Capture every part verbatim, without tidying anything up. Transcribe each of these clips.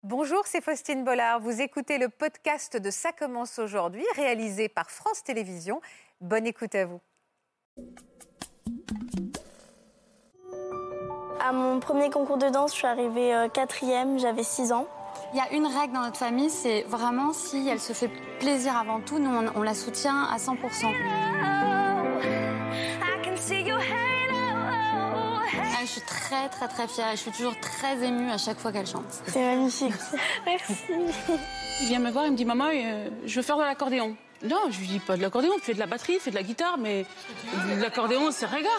Bonjour, c'est Faustine Bollard. Vous écoutez le podcast de Ça commence aujourd'hui, réalisé par France Télévisions. Bonne écoute à vous. À mon premier concours de danse, je suis arrivée euh, quatrième, j'avais six ans. Il y a une règle dans notre famille, c'est vraiment si elle se fait plaisir avant tout, nous on, on la soutient à cent pour cent. Ah, je suis très très très fière et je suis toujours très émue à chaque fois qu'elle chante. C'est magnifique. Merci. Il vient me voir, il me dit « Maman, euh, je veux faire de l'accordéon ». Non, je lui dis pas de l'accordéon, fais de la batterie, fais de la guitare, mais l'accordéon, c'est regard.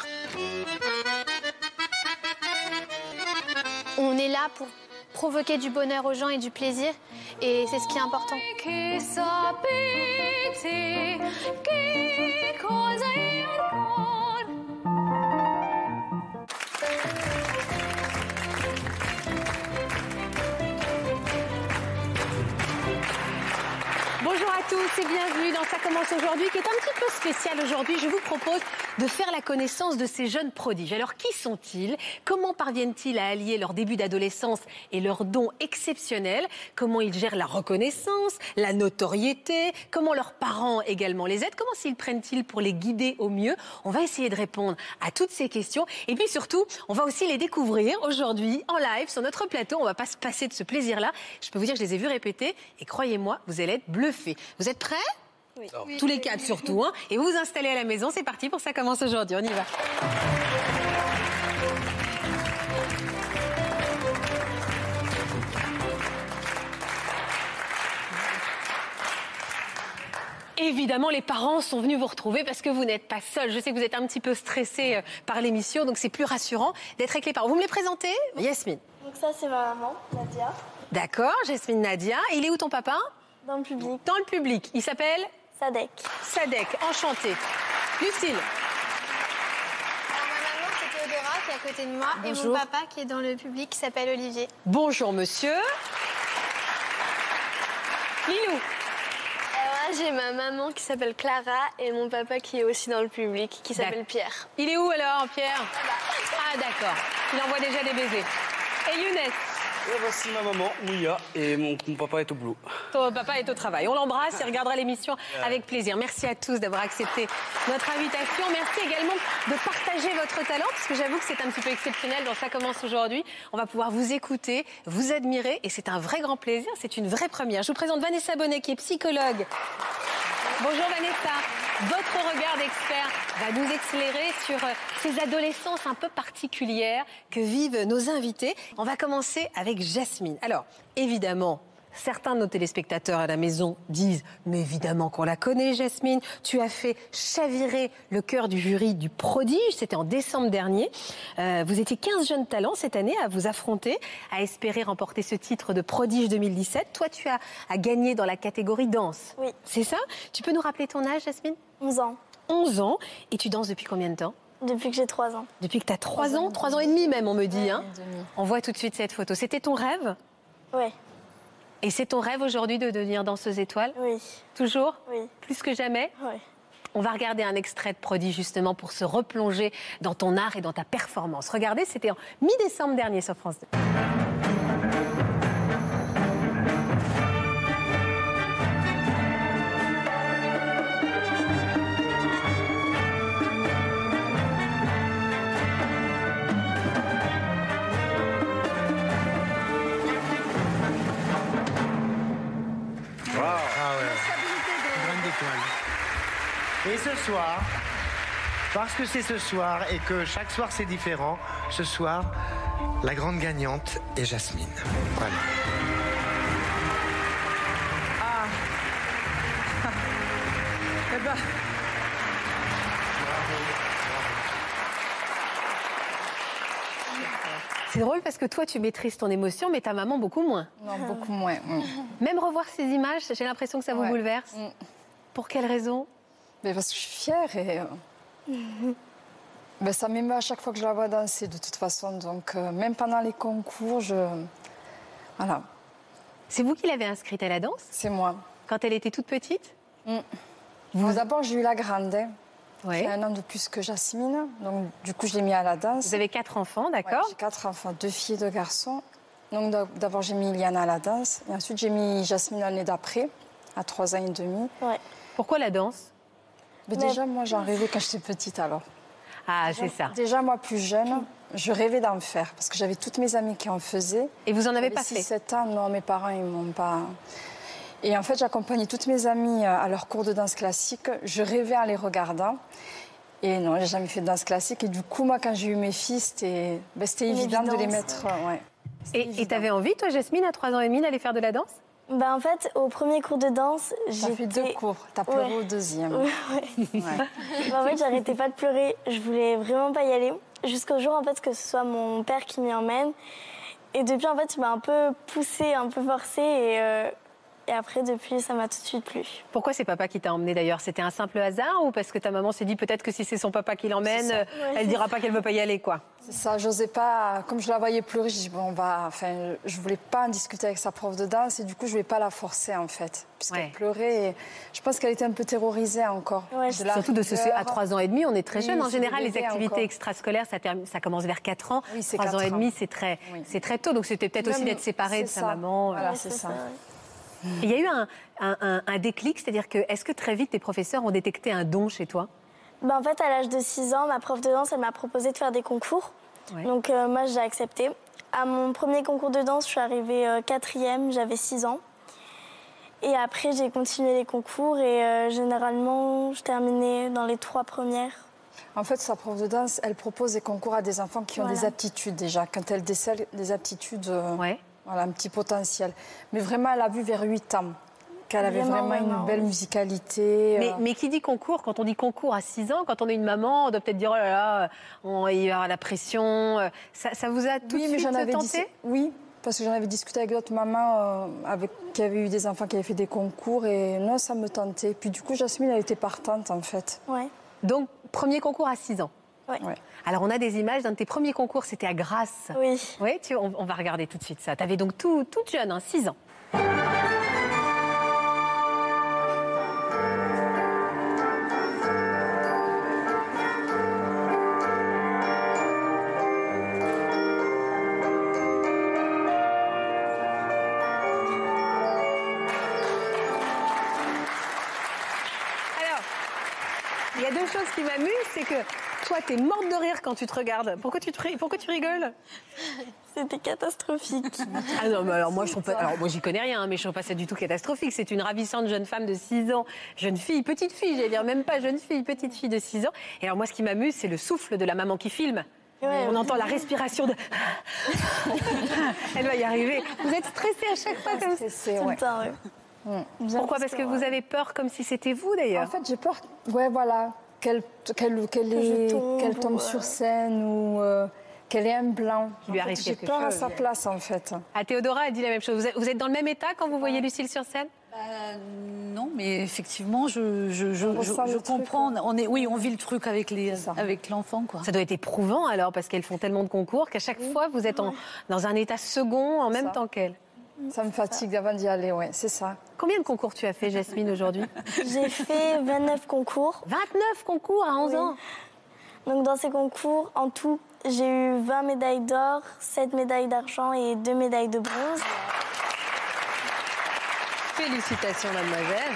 On est là pour provoquer du bonheur aux gens et du plaisir, et c'est ce qui est important. Bonjour à tous et bienvenue dans Ça commence aujourd'hui, qui est un petit peu spécial aujourd'hui. Je vous propose de faire la connaissance de ces jeunes prodiges. Alors, qui sont-ils? Comment parviennent-ils à allier leur début d'adolescence et leurs dons exceptionnels? Comment ils gèrent la reconnaissance, la notoriété? Comment leurs parents également les aident? Comment s'ils prennent-ils pour les guider au mieux? On va essayer de répondre à toutes ces questions. Et puis surtout, on va aussi les découvrir aujourd'hui en live sur notre plateau. On ne va pas se passer de ce plaisir-là. Je peux vous dire que je les ai vus répéter et croyez-moi, vous allez être bluffés. Vous êtes prêts? Oui. Tous les quatre surtout, hein. Et vous vous installez à la maison, c'est parti pour Ça commence aujourd'hui, on y va. Évidemment, les parents sont venus vous retrouver parce que vous n'êtes pas seuls. Je sais que vous êtes un petit peu stressés par l'émission, donc c'est plus rassurant d'être avec les parents. Vous me les présentez? Yasmine. Donc ça, c'est ma maman, Nadia. D'accord, Yasmine, Nadia. Il est où ton papa? Dans le public. Dans le public. Il s'appelle? Sadek. Sadek, enchanté. Lucille. Alors, ma maman, c'est Théodora qui est à côté de moi. Bonjour. Et mon papa qui est dans le public qui s'appelle Olivier. Bonjour, monsieur. Lilou. Alors là, j'ai ma maman qui s'appelle Clara et mon papa qui est aussi dans le public, qui s'appelle Pierre. Il est où alors, Pierre? Ah, d'accord. Il envoie déjà des baisers. Et Younes. Et voici ma maman, Mouya, et mon, mon papa est au boulot. Ton papa est au travail. On l'embrasse, il regardera l'émission avec plaisir. Merci à tous d'avoir accepté notre invitation. Merci également de partager votre talent, parce que j'avoue que c'est un petit peu exceptionnel dans Ça commence aujourd'hui. On va pouvoir vous écouter, vous admirer, et c'est un vrai grand plaisir, c'est une vraie première. Je vous présente Vanessa Bonnet, qui est psychologue. Bonjour Vanessa. Votre regard d'expert va nous éclairer sur ces adolescences un peu particulières que vivent nos invités. On va commencer avec Jasmine. Alors, évidemment, certains de nos téléspectateurs à la maison disent « Mais évidemment qu'on la connaît, Jasmine. Tu as fait chavirer le cœur du jury du prodige. » C'était en décembre dernier. Euh, vous étiez quinze jeunes talents cette année à vous affronter, à espérer remporter ce titre de prodige deux mille dix-sept. Toi, tu as, as gagné dans la catégorie danse. Oui. C'est ça? Tu peux nous rappeler ton âge, Jasmine? onze ans. onze ans. Et tu danses depuis combien de temps? Depuis que j'ai trois ans. Depuis que tu as trois ans, trois ans et demi même, on me dit. Hein. On voit tout de suite cette photo. C'était ton rêve? Oui. Et c'est ton rêve aujourd'hui de devenir danseuse étoile? Oui. Toujours? Oui. Plus que jamais? Oui. On va regarder un extrait de Prodige justement pour se replonger dans ton art et dans ta performance. Regardez, c'était en mi-décembre dernier sur France deux. Et ce soir, parce que c'est ce soir et que chaque soir c'est différent, ce soir, la grande gagnante est Jasmine. Voilà. Ah. Eh ben. C'est drôle parce que toi tu maîtrises ton émotion, mais ta maman beaucoup moins. Non, beaucoup moins. Mm. Même revoir ces images, j'ai l'impression que ça vous Ouais. bouleverse. Mm. Pour quelle raison? Mais parce que je suis fière et... euh, ben, ça m'émeut à chaque fois que je la vois danser, de toute façon. Donc, euh, même pendant les concours, je... Voilà, C'est vous qui l'avez inscrite à la danse c'est moi. quand elle était toute petite? Mm. Bon, d'abord, j'ai eu la grande, hein, Ouais. qui a un an de plus que Jasmine. Donc, du coup, je l'ai mis à la danse. Vous avez quatre enfants, Ouais, d'accord? j'ai quatre enfants, deux filles et deux garçons. Donc d'abord j'ai mis Iliana à la danse et ensuite j'ai mis Jasmine l'année d'après, à trois ans et demi. Ouais. Pourquoi la danse? Mais déjà moi j'en rêvais quand j'étais petite alors. Ah, c'est ça. Déjà moi plus jeune, je rêvais d'en faire parce que j'avais toutes mes amies qui en faisaient. Et vous en avez pas fait? six sept ans, non, mes parents ils m'ont pas... Et en fait j'accompagnais toutes mes amies à leurs cours de danse classique, je rêvais en les regardant. Et non, j'ai jamais fait de danse classique. Et du coup, moi, quand j'ai eu mes filles, c'était ben, évident de les mettre. Ouais. Et tu avais envie, toi, Jasmine, à trois ans et demi, d'aller faire de la danse? Bah, en fait, au premier cours de danse, j'ai fait deux cours. T'as pleuré ouais. au deuxième. Ouais. Ouais. Bah, en fait, j'arrêtais pas de pleurer. Je voulais vraiment pas y aller. Jusqu'au jour, en fait, que ce soit mon père qui m'y emmène. Et depuis, en fait, il m'a un peu poussée, un peu forcée. Et... Euh... Et après, depuis, ça m'a tout de suite plu. Pourquoi c'est papa qui t'a emmené d'ailleurs? C'était un simple hasard ou parce que ta maman s'est dit peut-être que si c'est son papa qui l'emmène, ouais, elle dira pas qu'elle veut pas y aller, quoi? C'est ça, j'osais pas. Comme je la voyais pleurer, je dis bon, bah, enfin, je voulais pas en discuter avec sa prof de danse et du coup, je voulais pas la forcer en fait, puisqu'elle ouais. pleurait. Et je pense qu'elle était un peu terrorisée encore. Ouais, de Surtout de ce à trois ans et demi, on est très jeune. Oui, en général, les activités encore. extrascolaires, ça, termine, ça commence vers quatre ans. Oui, trois ans et demi, c'est très, oui. c'est très tôt. Donc c'était peut-être aussi d'être séparée de sa ça. maman. Voilà, c'est ça. ça. Il y a eu un, un, un, un déclic, c'est-à-dire que est-ce que très vite tes professeurs ont détecté un don chez toi? Ben, en fait, à l'âge de six ans, ma prof de danse, elle m'a proposé de faire des concours. Ouais. Donc euh, moi, j'ai accepté. À mon premier concours de danse, je suis arrivée euh, quatrième, j'avais six ans. Et après, j'ai continué les concours et euh, généralement, je terminais dans les trois premières. En fait, sa prof de danse, elle propose des concours à des enfants qui ont voilà. des aptitudes déjà. Quand elle décèle des aptitudes... Euh... Ouais. Voilà, un petit potentiel. Mais vraiment, elle a vu vers huit ans qu'elle avait vraiment, vraiment une belle musicalité. Mais, mais qui dit concours? Quand on dit concours à six ans, quand on est une maman, on doit peut-être dire oh là là, on, il y aura la pression. Ça, ça vous a tout oui, de mais suite avais tenté? Dit, oui, parce que j'en avais discuté avec d'autres mamans euh, avec, qui avaient eu des enfants qui avaient fait des concours et non, ça me tentait. Puis du coup, Jasmine, elle était partante en fait. Ouais. Donc, premier concours à six ans? Ouais. Ouais. Alors, on a des images d'un de tes premiers concours, c'était à Grasse. Oui. Oui, tu, on, on va regarder tout de suite ça. Tu avais donc tout, toute jeune, hein, six ans. Alors, il y a deux choses qui m'amusent, c'est que toi, t'es morte de rire quand tu te regardes. Pourquoi tu, te... Pourquoi tu rigoles? C'était catastrophique. Ah non, mais alors moi, je trouve pas... alors moi, j'y connais rien, hein, mais je trouve pas ça du tout catastrophique. C'est une ravissante jeune femme de six ans, jeune fille, petite fille, j'allais dire même pas jeune fille, petite fille de six ans. Et alors moi, ce qui m'amuse, c'est le souffle de la maman qui filme. Ouais, on ouais. entend la respiration de... Elle va y arriver. Vous êtes stressée à chaque fois comme ça? Stressée, ouais. Temps, ouais. Mmh. Pourquoi? Parce que vous avez peur comme si c'était vous, d'ailleurs? En fait, j'ai peur... Ouais, voilà. Qu'elle qu'elle, qu'elle est, tombe, qu'elle tombe ouais. sur scène ou euh, qu'elle ait un blanc. Qui lui arrive quelque chose. J'ai peur à sa place, en fait. À Théodora, elle dit la même chose. Vous êtes dans le même état quand vous voyez Lucille sur scène? euh, Non, mais effectivement, je, je, je, je, je comprends. Truc, on est, oui, on vit le truc avec, les, avec l'enfant, quoi. Ça doit être éprouvant, alors, parce qu'elles font tellement de concours qu'à chaque oui. fois, vous êtes en, dans un état second en même ça. temps qu'elles. Ça me fatigue avant d'y aller, ouais, c'est ça. Combien de concours tu as fait, Jasmine, aujourd'hui? J'ai fait vingt-neuf concours. vingt-neuf concours à onze oui. ans? Donc dans ces concours, en tout, j'ai eu vingt médailles d'or, sept médailles d'argent et deux médailles de bronze. Félicitations, mademoiselle.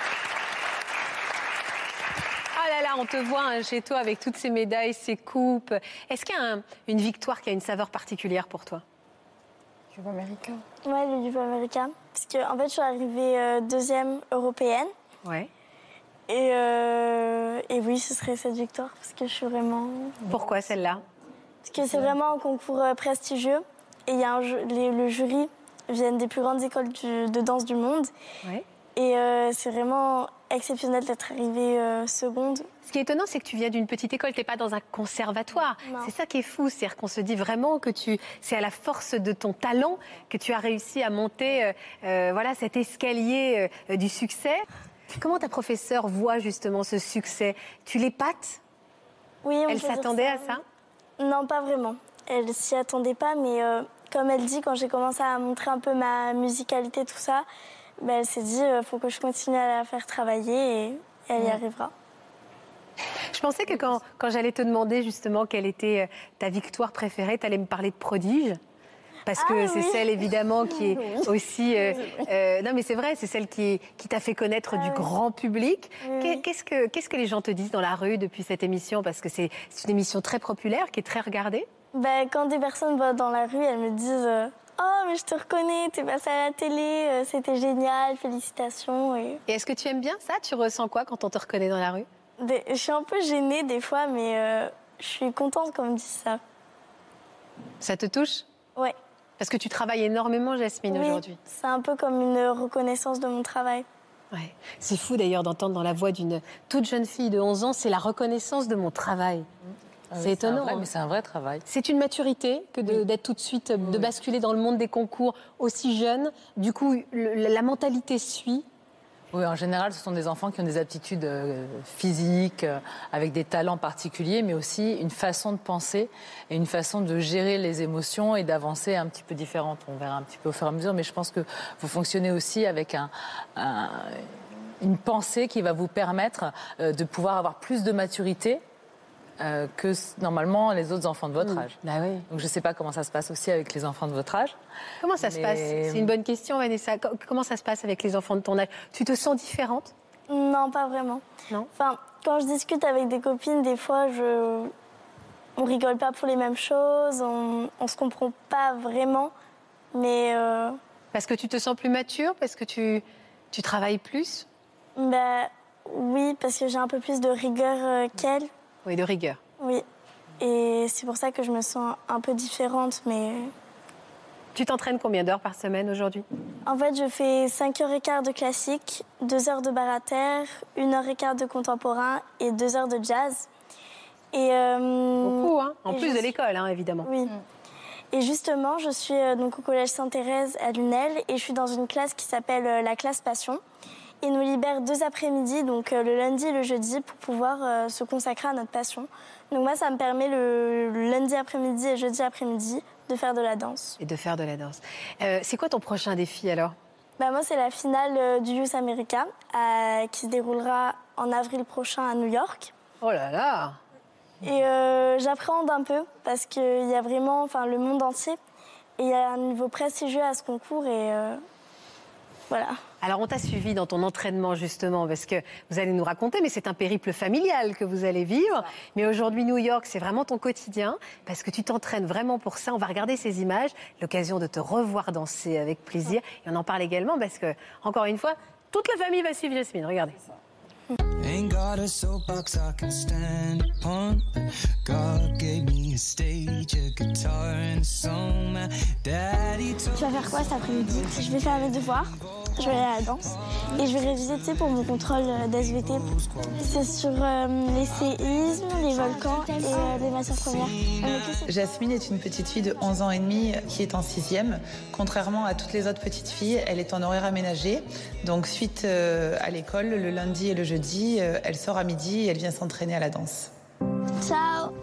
Ah là là, on te voit hein, chez toi avec toutes ces médailles, ces coupes. Est-ce qu'il y a un, une victoire qui a une saveur particulière pour toi? Le Jeux américain. Ouais, le Jeux américain. Parce que en fait, je suis arrivée euh, deuxième européenne. Ouais. Et, euh, et oui, ce serait cette victoire parce que je suis vraiment. Pourquoi celle-là? Parce que c'est vraiment un concours euh, prestigieux et il y a un, les, le jury viennent des plus grandes écoles du, de danse du monde. Ouais. Et euh, c'est vraiment exceptionnel d'être arrivée euh, seconde. Ce qui est étonnant, c'est que tu viens d'une petite école, tu n'es pas dans un conservatoire. C'est ça qui est fou, c'est-à-dire qu'on se dit vraiment que tu, c'est à la force de ton talent que tu as réussi à monter euh, euh, voilà, cet escalier euh, du succès. Comment ta professeure voit justement ce succès? Tu l'épates? Oui, on Elle s'attendait à ça? Non, pas vraiment. Elle s'y attendait pas, mais euh, comme elle dit, quand j'ai commencé à montrer un peu ma musicalité, tout ça, ben, elle s'est dit, il euh, faut que je continue à la faire travailler et elle y ouais. arrivera. Je pensais que quand, quand j'allais te demander justement quelle était ta victoire préférée, tu allais me parler de Prodige. Parce que Ah, c'est oui. celle, évidemment, qui est Oui. aussi... euh, euh, non, mais c'est vrai, c'est celle qui, qui t'a fait connaître Ah, du oui. grand public. Oui, Qu'est- oui. Qu'est-ce que, qu'est-ce que les gens te disent dans la rue depuis cette émission? Parce que c'est c'est une émission très populaire, qui est très regardée. Ben, quand des personnes vont dans la rue, elles me disent euh, oh, mais je te reconnais, t'es passée à la télé, euh, c'était génial, félicitations. Et... Et est-ce que tu aimes bien ça? Tu ressens quoi quand on te reconnaît dans la rue? Des- Je suis un peu gênée des fois, mais euh, je suis contente qu'on me dise ça. Ça te touche? Ouais. Parce que tu travailles énormément, Jasmine, Oui, aujourd'hui. c'est un peu comme une reconnaissance de mon travail. Ouais. C'est fou d'ailleurs d'entendre dans la voix d'une toute jeune fille de onze ans, c'est la reconnaissance de mon travail. Ah oui, c'est étonnant. un vrai- hein. mais c'est un vrai travail. C'est une maturité que de- d'être tout de suite, de basculer dans le monde des concours aussi jeune. Du coup, le- la mentalité suit. Oui, en général, ce sont des enfants qui ont des aptitudes euh, physiques, euh, avec des talents particuliers, mais aussi une façon de penser et une façon de gérer les émotions et d'avancer un petit peu différente. On verra un petit peu au fur et à mesure, mais je pense que vous fonctionnez aussi avec un, un- une pensée qui va vous permettre euh, de pouvoir avoir plus de maturité euh, que s- normalement les autres enfants de votre Mmh. âge. Bah oui. Donc je ne sais pas comment ça se passe aussi avec les enfants de votre âge. Comment ça se Mais- passe? C'est une bonne question, Vanessa. Co- Comment ça se passe avec les enfants de ton âge? Tu te sens différente? Non, pas vraiment. Non. Enfin, quand je discute avec des copines, des fois, je... on rigole pas pour les mêmes choses, on, on se comprend pas vraiment, mais euh, Parce que tu te sens plus mature? Parce que tu, tu travailles plus? bah, oui, parce que j'ai un peu plus de rigueur euh, qu'elle. Oui, de rigueur. Oui. Et c'est pour ça que je me sens un peu différente, mais Tu t'entraînes combien d'heures par semaine aujourd'hui? en fait, je fais cinq heures quinze de classique, deux heures de bar à terre, une heure quinze de contemporain et deux heures de jazz. Et, euh, Beaucoup, hein? En et plus je de suis- l'école, hein, évidemment. Oui. Et justement, je suis euh, donc au collège Sainte-Thérèse à Lunel et je suis dans une classe qui s'appelle euh, la classe Passion. Ils nous libèrent deux après-midi, donc euh, le lundi et le jeudi, pour pouvoir euh, se consacrer à notre passion. Donc moi, ça me permet le, le lundi après-midi et jeudi après-midi de faire de la danse. Et de faire de la danse. Euh, c'est quoi ton prochain défi alors? Bah, moi, c'est la finale euh, du Youth America euh, qui se déroulera en avril prochain à New York. Oh là là! Et euh, j'appréhende un peu parce qu'il y a vraiment enfin, le monde entier et il y a un niveau prestigieux à ce concours et euh, voilà. Alors, on t'a suivi dans ton entraînement, justement, parce que vous allez nous raconter, mais c'est un périple familial que vous allez vivre. Mais aujourd'hui, New York, c'est vraiment ton quotidien, parce que tu t'entraînes vraiment pour ça. On va regarder ces images, l'occasion de te revoir danser avec plaisir. Et on en parle également, parce que, encore une fois, toute la famille va suivre Jasmine. Regardez. Ain't got a soapbox I can stand upon. God gave me a stage, a guitar and a song. My daddy told Tu vas faire quoi cet après-midi? Je vais faire mes devoirs, je vais aller à la danse et je vais réviser tu sais, pour mon contrôle d'S V T. C'est sur euh, les séismes, les volcans et euh, les matières premières. Euh, qu'est-ce que- Jasmine est une petite fille de onze ans et demi qui est en sixième. Contrairement à toutes les autres petites filles, elle est en horaire aménagé. Donc suite euh, à l'école, le lundi et le jeudi, euh, elle sort à midi et elle vient s'entraîner à la danse. Ciao.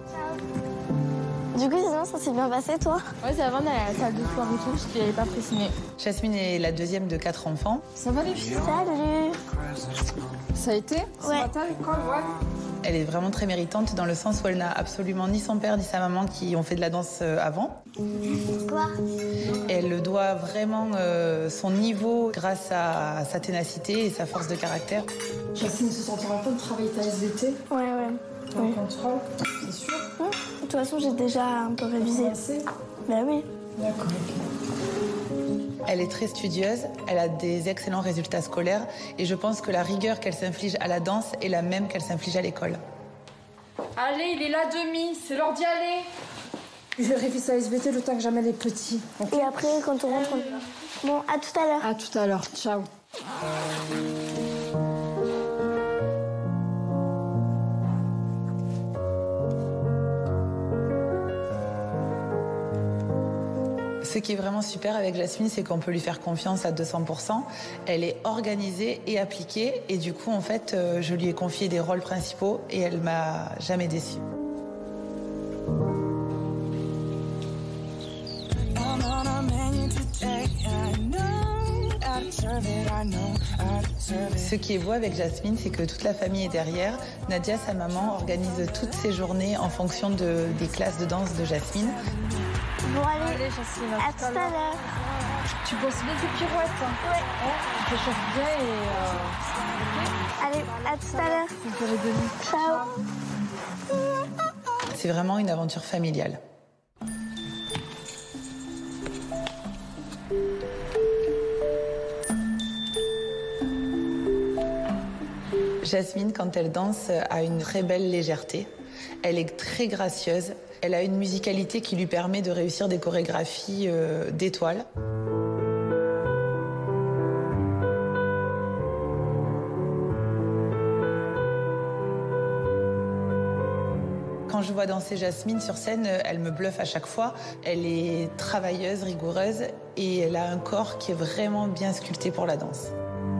Du coup, sinon, ça s'est bien passé, toi? Ouais, c'est avant d'aller à la salle de sport et tout, parce qu'il n'avait pas pressiné. Jasmine est la deuxième de quatre enfants. Ça va les filles? Salut. Ça a été? Ce Ouais. matin, l'école, ouais. Elle est vraiment très méritante dans le sens où elle n'a absolument ni son père ni sa maman qui ont fait de la danse euh, avant. Quoi? Et elle le doit vraiment euh, son niveau grâce à sa ténacité et sa force de caractère. Jasmine se sentira pas de travailler ta S V T? Ouais, ouais. En Oui. contrôle, c'est sûr? Hum, De toute façon, j'ai déjà un peu révisé. Assez? Ben oui. D'accord, Elle est très studieuse, elle a des excellents résultats scolaires et je pense que la rigueur qu'elle s'inflige à la danse est la même qu'elle s'inflige à l'école. Allez, il est là demi, c'est l'heure d'y aller. Je vais réviser la S V T le temps que j'amène les petits. ok? Et après, quand on rentre, on... Bon, à tout à l'heure. À tout à l'heure, ciao. Ce qui est vraiment super avec Jasmine, c'est qu'on peut lui faire confiance à deux cents pour cent. Elle est organisée et appliquée et du coup, en fait, euh, je lui ai confié des rôles principaux et elle m'a jamais déçue. I'm on a menu today. I know I deserve it. I know I deserve it. Ce qui est beau avec Jasmine, c'est que toute la famille est derrière. Nadia, sa maman, organise toutes ses journées en fonction de, des classes de danse de Jasmine. Bon, allez, Allez, Jasmine, à tout à l'heure. Tu bosses bien tes pirouettes. Ouais. Ouais, tu t'échauffes bien et... Euh... Allez, à tout à l'heure. On peut les donner. Ciao. C'est vraiment une aventure familiale. Jasmine, quand elle danse, a une très belle légèreté. Elle est très gracieuse. Elle a une musicalité qui lui permet de réussir des chorégraphies euh, d'étoiles. Quand je vois danser Jasmine sur scène, elle me bluffe à chaque fois. Elle est travailleuse, rigoureuse et elle a un corps qui est vraiment bien sculpté pour la danse.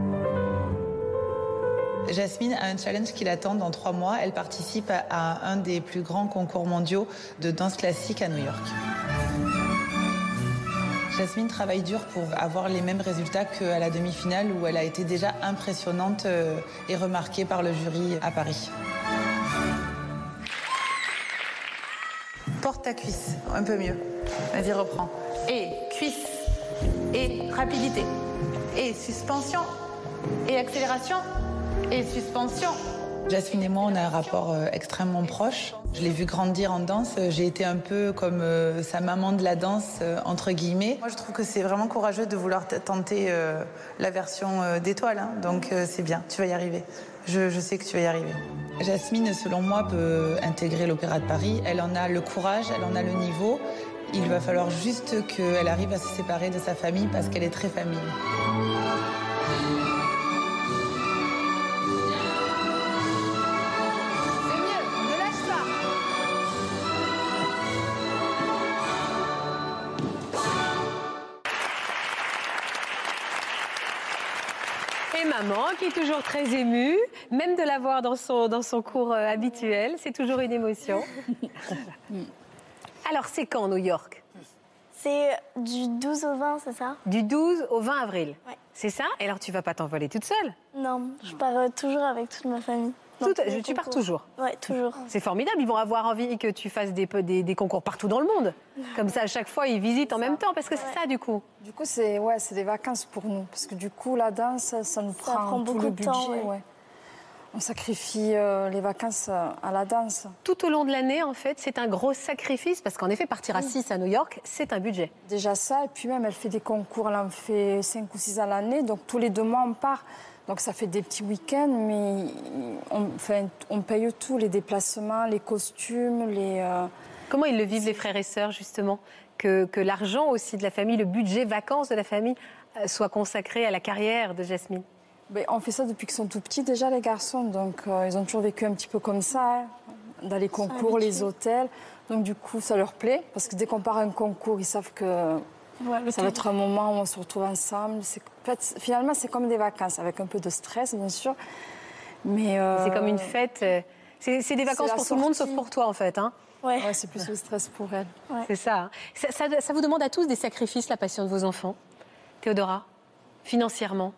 Jasmine a un challenge qui l'attend dans trois mois. Elle participe à un des plus grands concours mondiaux de danse classique à New York. Jasmine travaille dur pour avoir les mêmes résultats qu'à la demi-finale où elle a été déjà impressionnante et remarquée par le jury à Paris. Porte ta cuisse, un peu mieux. Vas-y, reprends. Et cuisse, et rapidité, et suspension, et accélération. Et suspension. Jasmine et moi, on a un rapport euh, extrêmement proche. Je l'ai vue grandir en danse. J'ai été un peu comme euh, sa maman de la danse, euh, entre guillemets. Moi, je trouve que c'est vraiment courageux de vouloir tenter euh, la version euh, d'étoile. Hein. Donc, euh, c'est bien. Tu vas y arriver. Je, je sais que tu vas y arriver. Jasmine, selon moi, peut intégrer l'Opéra de Paris. Elle en a le courage, elle en a le niveau. Il va falloir juste qu'elle arrive à se séparer de sa famille parce qu'elle est très famille. Et maman, qui est toujours très émue, même de la voir dans son, dans son cours euh, habituel, c'est toujours une émotion. Alors, c'est quand, New York? C'est du douze au vingt, c'est ça? Du douze au vingt avril. Ouais. C'est ça? Et alors, tu vas pas t'envoler toute seule? Non, je pars euh, toujours avec toute ma famille. Tout, tu pars toujours? Ouais, toujours. C'est formidable, ils vont avoir envie que tu fasses des, des, des concours partout dans le monde. Comme ça, à chaque fois, ils visitent en même temps, parce que c'est ça, du coup. Du coup, c'est ouais, c'est des vacances pour nous, parce que du coup, la danse, ça nous Ça prend, prend tout beaucoup le de budget. temps, ouais. Ouais. On sacrifie euh, les vacances à la danse. Tout au long de l'année, en fait, c'est un gros sacrifice, parce qu'en effet, partir à six à New York, c'est un budget. Déjà ça, et puis même, elle fait des concours, elle en fait cinq ou six à l'année, donc tous les deux mois, on part. Donc ça fait des petits week-ends, mais on, enfin, on paye tout, les déplacements, les costumes, les... Euh... Comment ils le vivent, les frères et sœurs, justement? Que, que l'argent aussi de la famille, le budget vacances de la famille, euh, soit consacré à la carrière de Jasmine? Ben, on fait ça depuis qu'ils sont tout petits déjà, les garçons. Donc euh, ils ont toujours vécu un petit peu comme ça, hein, dans les concours, les hôtels. Donc du coup, ça leur plaît, parce que dès qu'on part à un concours, ils savent que... Ouais, ça va être un moment où on se retrouve ensemble. En fait, finalement, c'est comme des vacances, avec un peu de stress, bien sûr. Mais euh... c'est comme une fête. C'est, c'est des vacances pour sortie. Tout le monde, sauf pour toi, en fait. Hein. Ouais. Ouais, c'est plus le stress pour elle. Ouais. C'est ça. Ça, ça. Ça vous demande à tous des sacrifices, la passion de vos enfants, Théodora, financièrement?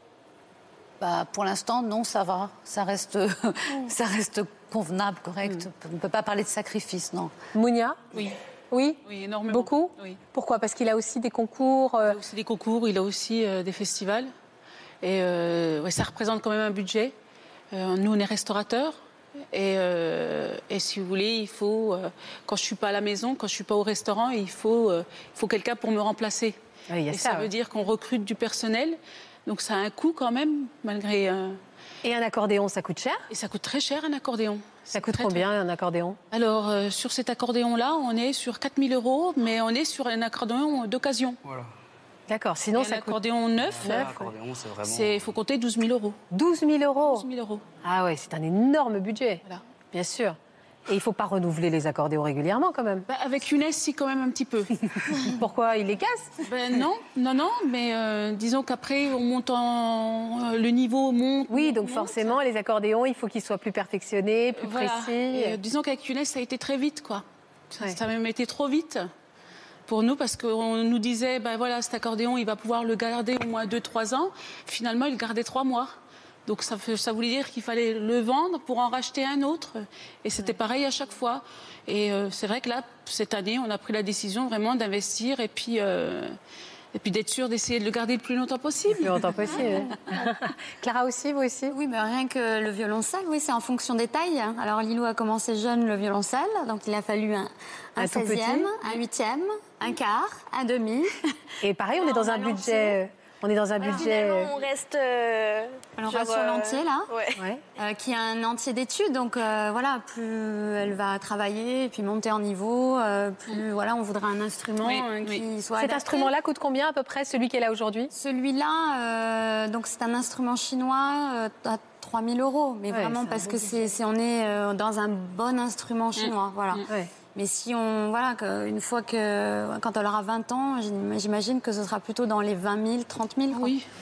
Bah, pour l'instant, non, ça va. Ça reste, ça reste convenable, correct. Mm. On ne peut pas parler de sacrifice, non. Mounia? Oui. Oui, oui, énormément. Beaucoup? Oui. Pourquoi? Parce qu'il a aussi des concours euh... Il a aussi des concours, il a aussi euh, des festivals. Et euh, ouais, ça représente quand même un budget. Euh, nous, on est restaurateurs. Et, euh, et si vous voulez, il faut, euh, quand je ne suis pas à la maison, quand je ne suis pas au restaurant, il faut, euh, il faut quelqu'un pour me remplacer. Oui, il y a et ça, ça ouais. veut dire qu'on recrute du personnel. Donc ça a un coût quand même, malgré... Euh... Et un accordéon, ça coûte cher? Et ça coûte très cher, un accordéon. Ça coûte très, combien, très... un accordéon? Alors, euh, sur cet accordéon-là, on est sur quatre mille euros, mais on est sur un accordéon d'occasion. Voilà. D'accord, sinon et ça un coûte... accordéon neuf, il faut compter douze mille euros. douze mille euros? douze mille euros. Ah ouais, c'est un énorme budget. Voilà. Bien sûr. Et il ne faut pas renouveler les accordéons régulièrement, quand même. Bah, avec Younes, si, quand même un petit peu. Pourquoi? Il les casse? Ben non, non, non, mais euh, disons qu'après, on monte en... Euh, le niveau monte. Oui, donc monte. forcément, les accordéons, il faut qu'ils soient plus perfectionnés, plus voilà. précis. Et, euh, disons qu'avec Younes, ça a été très vite, quoi. Ça, ouais. ça a même été trop vite pour nous, parce qu'on nous disait, ben voilà, cet accordéon, il va pouvoir le garder au moins deux trois ans. Finalement, il le gardait trois mois. Donc ça, fait- ça voulait dire qu'il fallait le vendre pour en racheter un autre. Et c'était pareil à chaque fois. Et euh, c'est vrai que là, cette année, on a pris la décision vraiment d'investir et puis, euh, et puis d'être sûr d'essayer de le garder le plus longtemps possible. Le plus longtemps possible. Clara aussi, vous aussi? Oui, mais rien que le violoncelle, oui, c'est en fonction des tailles. Alors Lilou a commencé jeune le violoncelle, donc il a fallu un, un, Un tout seizième, petit. un huitième, un quart, un demi. Et pareil, on est dans un budget... On est dans un budget... Finalement, on reste. euh, Alors, genre, on reste sur euh, l'entier, là, Ouais. euh, qui a un entier d'études. Donc, euh, voilà, plus elle va travailler et puis monter en niveau, euh, plus, voilà, on voudra un instrument Oui, euh, qui oui. soit Cet adapté. instrument-là coûte combien à peu près, celui qu'elle a aujourd'hui? Celui-là, euh, donc c'est un instrument chinois euh, à trois mille euros. Mais Ouais, vraiment, c'est un parce beau que c'est, c'est- on est euh, dans un bon instrument chinois. Voilà. Ouais. Mais si on, voilà, que- une fois que, quand elle aura vingt ans, j'im- j'imagine que ce sera plutôt dans les vingt mille, trente mille. Quoi. Oui.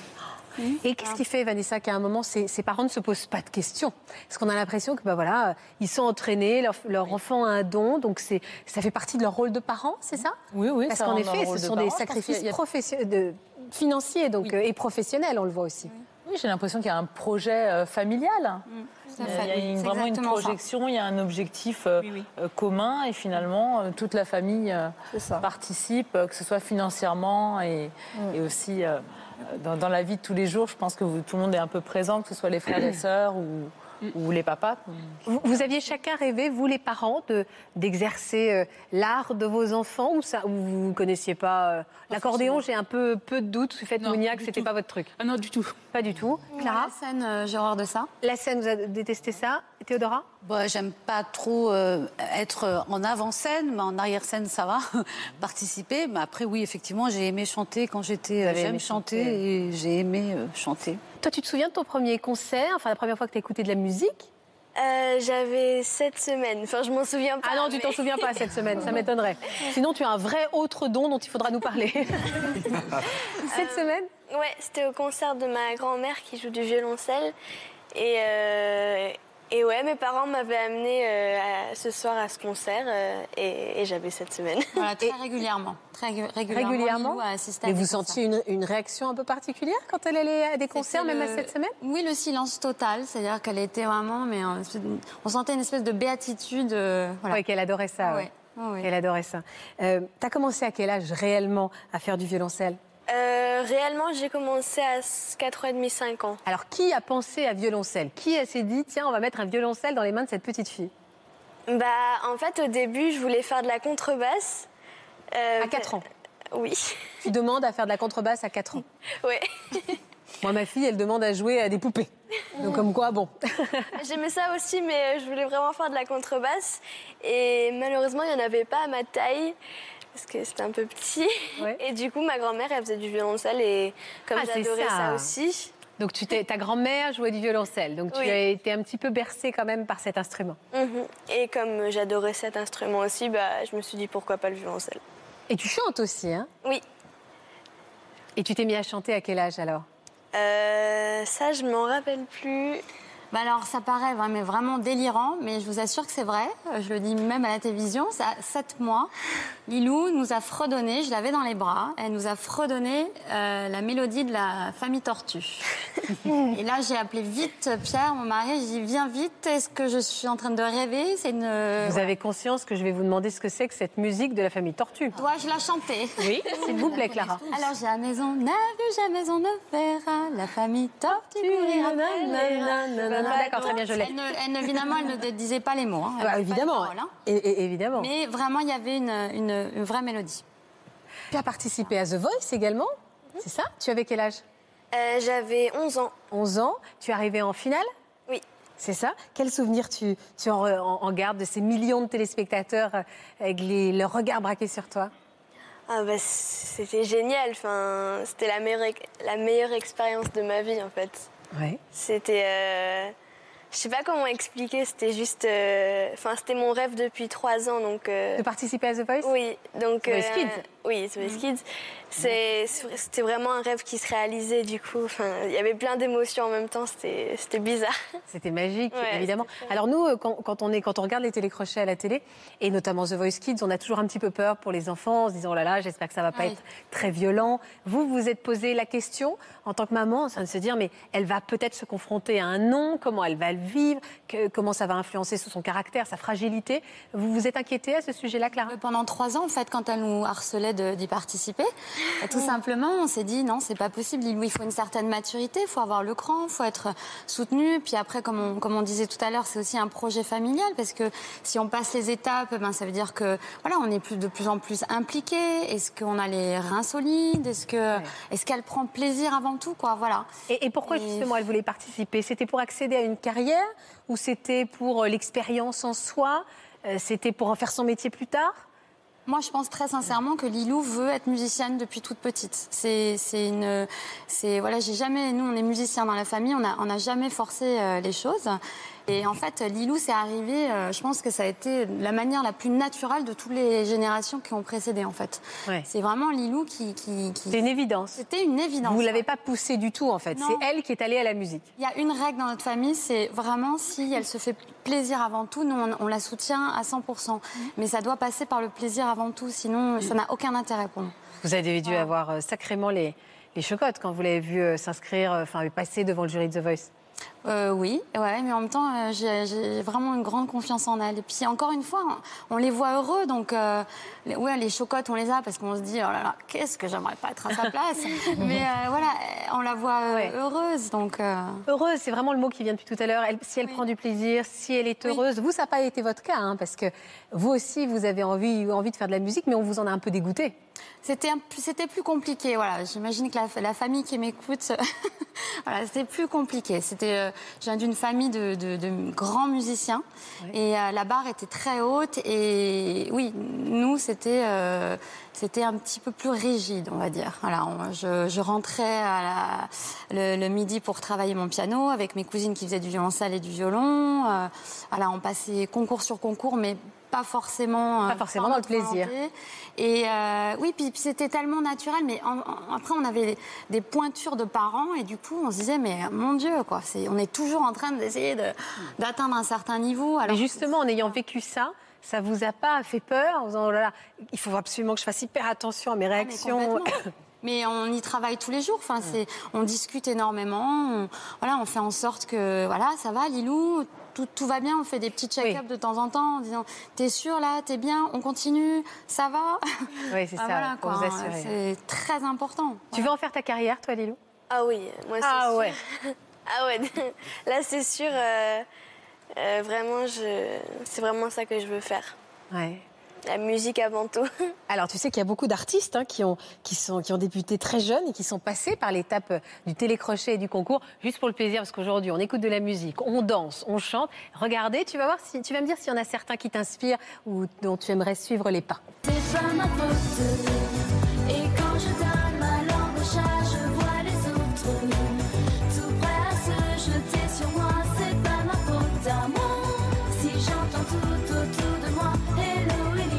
Et qu'est-ce qui fait, Vanessa, qu'à un moment, ses, ses parents ne se posent pas de questions? Parce qu'on a l'impression que, bah voilà, ils sont entraînés, leur, leur enfant a un don, donc c'est, ça fait partie de leur rôle de parent, c'est ça? Oui, oui. Parce ça qu'en rentre dans le effet, rôle ce de sont parent. des Je pense qu'il y a- sacrifices il y a- professio- de- financiers donc, euh, et professionnels, on le voit aussi. Oui, j'ai l'impression qu'il y a un projet euh, familial. tout à Il y a, fait. il y a une- C'est vraiment une exactement ça. projection, il y a un objectif euh, euh, commun et finalement euh, toute la famille euh, participe, euh, que ce soit financièrement et, et aussi euh, dans, dans la vie de tous les jours. Je pense que vous- tout le monde est un peu présent, que ce soit les frères et sœurs ou, ou les papas. Vous, vous aviez chacun rêvé, vous les parents, de, d'exercer euh, l'art de vos enfants ou, ça, ou vous ne connaissiez pas euh, l'accordéon? J'ai un peu, peu de doute, vous faites Monia, que ce n'était pas votre truc. Ah non, du tout. Pas du tout. Clara? La scène, euh, j'ai horreur de ça. La scène, vous avez détesté ça? Théodora? Bon, j'aime pas trop euh, être en avant-scène, mais en arrière-scène, ça va, participer. Mais après, oui, effectivement, j'ai aimé chanter quand j'étais... Vous avez J'aime aimé chanter chanter. et j'ai aimé euh, chanter. Toi, tu te souviens de ton premier concert, enfin la première fois que tu as écouté de la musique? Euh, J'avais sept semaines. Enfin, je m'en souviens pas. Ah non, tu t'en mais- souviens pas cette semaine, ça m'étonnerait. Sinon, tu as un vrai autre don dont il faudra nous parler. Cette semaine? Ouais, c'était au concert de ma grand-mère qui joue du violoncelle. Et, euh, et ouais, mes parents m'avaient amené euh, à- ce soir à ce concert euh, et, et j'avais cette semaine. Voilà, très régulièrement. Très ré- régulièrement. Régulièrement? Lilou a assisté à Mais des vous concerts. sentiez une, une réaction un peu particulière quand elle allait à des concerts, C'était même le- à cette semaine? Oui, le silence total. C'est-à-dire qu'elle était vraiment... Mais euh, on sentait une espèce de béatitude. euh, voilà. Oui, qu'elle adorait ça. Ouais. ouais. Ouais, ouais. Elle adorait ça. Euh, tu as commencé à quel âge réellement à faire du violoncelle? Euh, réellement, j'ai commencé à quatre ans et demi, cinq ans. Alors, qui a pensé à violoncelle? Qui s'est dit, tiens, on va mettre un violoncelle dans les mains de cette petite fille? Bah, en fait, au début, je voulais faire de la contrebasse. Euh, À quatre ans? Oui. Tu demandes à faire de la contrebasse à quatre ans? Ouais. Moi, ma fille, elle demande à jouer à des poupées. Donc, comme quoi, bon. J'aimais ça aussi, mais je voulais vraiment faire de la contrebasse. Et malheureusement, il n'y en avait pas à ma taille, parce que c'était un peu petit. Ouais. Et du coup, ma grand-mère, elle faisait du violoncelle, et comme Ah, c'est j'adorais ça. ça. aussi. Donc, tu t'es- ta grand-mère jouait du violoncelle. Donc, tu Oui. as été un petit peu bercée quand même par cet instrument. Mhm. Et comme j'adorais cet instrument aussi, bah, je me suis dit pourquoi pas le violoncelle. Et tu chantes aussi, hein? Oui. Et tu t'es mis à chanter à quel âge alors? Euh, ça, je m'en rappelle plus. Bah alors, ça paraît vraiment, mais vraiment délirant, mais je vous assure que c'est vrai. Euh, Je le dis même à la télévision. Ça a sept mois. Lilou nous a fredonné, je l'avais dans les bras, elle nous a fredonné euh, la mélodie de la famille Tortue. Et là, j'ai appelé vite Pierre, mon mari, j'ai dit viens vite, est-ce que je suis en train de rêver? C'est une... Vous avez conscience que je vais vous demander ce que c'est que cette musique de la famille Tortue? Dois-je la chanter? Oui, s'il vous plaît, Clara. Alors, jamais on n'a vu, jamais on ne verra la famille Tortue courir après les rats. Nanana. D'accord, très bien, je l'ai. Elle ne- elle ne- évidemment, elle ne disait pas les mots. hein. Elle Bah, disait pas les évidemment, paroles, hein. Et- et- évidemment. Mais vraiment, il y avait une, une- une vraie mélodie. Tu as participé à The Voice également, c'est ça? Tu avais quel âge? Euh, J'avais onze ans. onze ans. Tu es arrivée en finale? Oui. C'est ça? Quel souvenir tu, tu en, en- en gardes de ces millions de téléspectateurs euh, avec les, leur regard braqué sur toi? Ah bah, c'était génial. Enfin, c'était la meilleure, ex- la meilleure expérience de ma vie, en fait. Ouais. C'était... euh, Je sais pas comment expliquer, c'était juste... euh, Enfin, c'était mon rêve depuis trois ans, donc... euh, De participer à The Voice? Oui, donc... The Voice Kids? Oui, The Voice Kids. C'est, c'était vraiment un rêve qui se réalisait du coup. Enfin, il y avait plein d'émotions en même temps, c'était, c'était bizarre. C'était magique, Ouais, évidemment. Alors nous, quand, quand, on est, quand on regarde les télécrochets à la télé, et notamment The Voice Kids, on a toujours un petit peu peur pour les enfants, en se disant, oh là là, j'espère que ça va pas Oui. être très violent. Vous, vous êtes posé la question, en tant que maman, de se dire, mais elle va peut-être se confronter à un non, comment elle va le vivre, que, comment ça va influencer sur son caractère, sa fragilité. Vous vous êtes inquiétée à ce sujet-là, Clara? Pendant trois ans, en fait, quand elle nous harcelait de- d'y participer, tout simplement, on s'est dit non, c'est pas possible. Il lui faut une certaine maturité, il faut avoir le cran, il faut être soutenu. Puis après, comme on, comme on disait tout à l'heure, c'est aussi un projet familial parce que si on passe les étapes, ben, ça veut dire que voilà, on est plus, de plus en plus impliqués. Est-ce qu'on a les reins solides? Est-ce que, ouais. est-ce qu'elle prend plaisir avant tout, quoi? Voilà. Et, et pourquoi et... justement elle voulait participer? C'était pour accéder à une carrière ou c'était pour l'expérience en soi? euh, C'était pour en faire son métier plus tard? Moi, je pense très sincèrement que Lilou veut être musicienne depuis toute petite. C'est, c'est une, c'est voilà, j'ai jamais, nous, on est musiciens dans la famille, on a, on n'a jamais forcé euh, les choses. Et en fait, Lilou, c'est arrivé, euh, je pense que ça a été la manière la plus naturelle de toutes les générations qui ont précédé, en fait. Ouais. C'est vraiment Lilou qui... qui, qui... C'est une évidence. C'était une évidence. Vous ne l'avez pas poussée du tout, en fait. Non. C'est elle qui est allée à la musique. Il y a une règle dans notre famille, c'est vraiment si elle se fait plaisir avant tout, nous, on, on la soutient à cent pour cent. Mmh. Mais ça doit passer par le plaisir avant tout, sinon mmh. ça n'a aucun intérêt pour nous. Vous avez dû voilà. avoir euh, sacrément les, les chocottes quand vous l'avez vu euh, s'inscrire, enfin euh, passer devant le jury de The Voice. Euh, oui, ouais, mais en même temps, euh, j'ai, j'ai vraiment une grande confiance en elle. Et puis, encore une fois, on, on les voit heureux, donc, euh, les, ouais, les chocottes, on les a parce qu'on se dit, oh là là, qu'est-ce que j'aimerais pas être à sa place. Mais euh, voilà, on la voit euh, ouais. heureuse, donc... Euh... Heureuse, c'est vraiment le mot qui vient depuis tout à l'heure. Elle, si elle oui. prend du plaisir, si elle est heureuse... Oui. Vous, ça n'a pas été votre cas, hein, parce que vous aussi, vous avez envie, envie de faire de la musique, mais on vous en a un peu dégoûté. C'était, un, c'était plus compliqué, voilà. J'imagine que la, la famille qui m'écoute, voilà, c'était plus compliqué. C'était, euh, je viens d'une famille de, de, de grands musiciens oui. et euh, la barre était très haute et oui, nous c'était, euh, c'était un petit peu plus rigide, on va dire. Voilà, on, je, je rentrais à la, le, le midi pour travailler mon piano avec mes cousines qui faisaient du violoncelle et du violon. Euh, voilà, on passait concours sur concours, mais pas forcément, pas forcément dans le plaisir. Et euh, oui, puis, puis c'était tellement naturel. Mais en, en, après, on avait des, des pointures de parents et du coup, on se disait, mais mon Dieu, quoi, c'est, on est toujours en train d'essayer de, d'atteindre un certain niveau. Alors, mais justement, en ayant vécu ça, ça vous a pas fait peur en disant, oh là là, il faut absolument que je fasse hyper attention à mes réactions. Ah, mais, mais on y travaille tous les jours. Enfin, mmh. c'est, on discute énormément. On, voilà, on fait en sorte que, voilà, ça va, Lilou. Tout, tout va bien, on fait des petits check-ups oui. de temps en temps en disant t'es sûr là, t'es bien, on continue, ça va. Oui, c'est ah, ça, voilà, pour quoi, vous assurer. C'est très important. Tu voilà. veux en faire ta carrière, toi, Lilou? Ah oui, moi c'est ah, sûr. Ouais. ah ouais, là c'est sûr, euh, euh, vraiment, je... c'est vraiment ça que je veux faire. Ouais. La musique avant tout. Alors, tu sais qu'il y a beaucoup d'artistes hein, qui, ont, qui, sont, qui ont débuté très jeunes et qui sont passés par l'étape du télécrochet et du concours, juste pour le plaisir, parce qu'aujourd'hui, on écoute de la musique, on danse, on chante. Regardez, tu vas, voir si, tu vas me dire s'il y en a certains qui t'inspirent ou dont tu aimerais suivre les pas. C'est pas ma faute. Et quand je donne ma langue au chat, je vois les autres. Tout prêt à se jeter sur moi, c'est pas ma faute à moi. Si j'entends tout autour de moi, hello.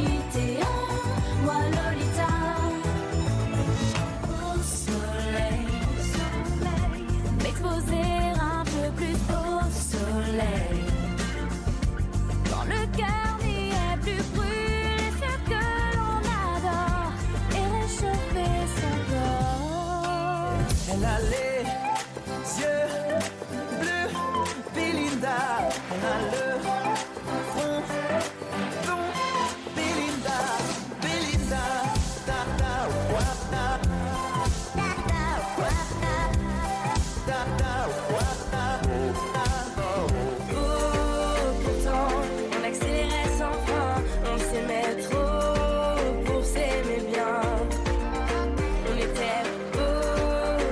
Quand le cœur n'y est plus brûlé, ce que l'on adore et réchauffer son corps. Elle a les yeux bleus, Belinda. Elle a le front rond, Belinda. Belinda, da da wa da, da da wa da, da da wa da.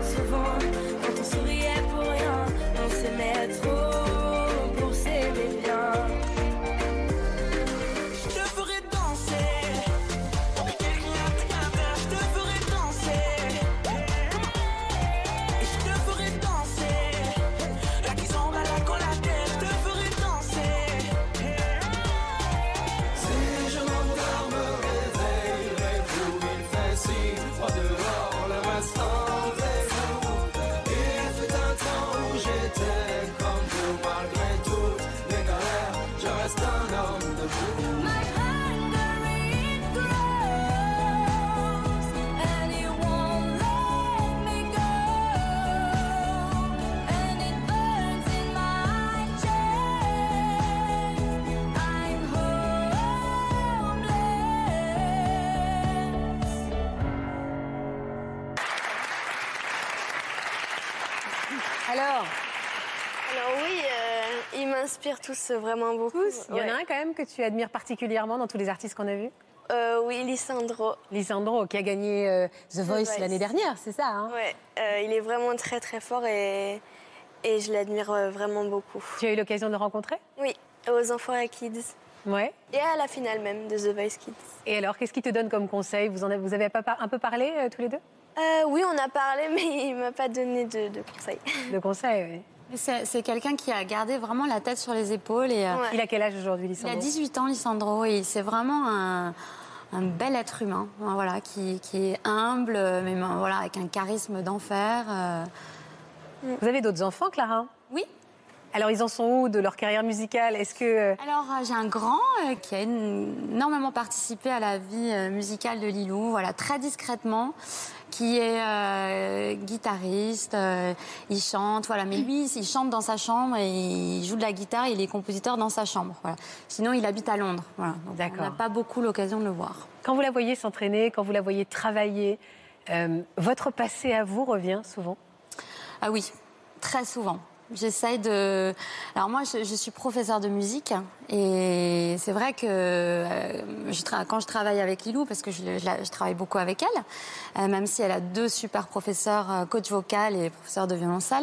Trop pour s'aimer bien. Alors Alors oui, euh, ils m'inspirent tous vraiment beaucoup. Tous Il y en Ouais. a un quand même que tu admires particulièrement dans tous les artistes qu'on a vus Euh, oui, Lisandro. Lisandro, qui a gagné euh, The Voice Voice. l'année dernière, c'est ça hein Ouais, euh, il est vraiment très très fort et, et je l'admire euh, vraiment beaucoup. Tu as eu l'occasion de le rencontrer Oui, aux Enfants Kids. Ouais. Et à la finale même de The Voice Kids. Et alors, qu'est-ce qu'il te donne comme conseil Vous en avez, vous avez pas par- un peu parlé euh, tous les deux Euh, oui, on a parlé, mais il m'a pas donné de, de conseils. De conseils, oui. Mais C'est c'est quelqu'un qui a gardé vraiment la tête sur les épaules. Et, euh, Ouais. Il a quel âge aujourd'hui, il Lisandro a dix-huit ans, Lisandro, et c'est vraiment un, un bel être humain, hein, voilà, qui, qui est humble, mais ben, voilà, avec un charisme d'enfer. euh. Vous avez d'autres enfants, Clara Oui. Alors, ils en sont où de leur carrière musicale Est-ce que... euh, Alors, euh, j'ai un grand euh, qui a une- énormément participé à la vie euh, musicale de Lilou, voilà, très discrètement, qui est euh, guitariste, euh, il chante, voilà, mais lui, il chante dans sa chambre et il joue de la guitare, il est compositeur dans sa chambre, voilà. Sinon, il habite à Londres, voilà. Donc, D'accord. on n'a pas beaucoup l'occasion de le voir. Quand vous la voyez s'entraîner, quand vous la voyez travailler, euh, votre passé à vous revient souvent Ah oui, très souvent. J'essaye de... Alors moi, je, je suis professeure de musique et c'est vrai que euh, je tra... quand je travaille avec Lilou, parce que je, je, la- je travaille beaucoup avec elle, euh, même si elle a deux super professeurs, euh, coach vocal et professeur de violoncelle,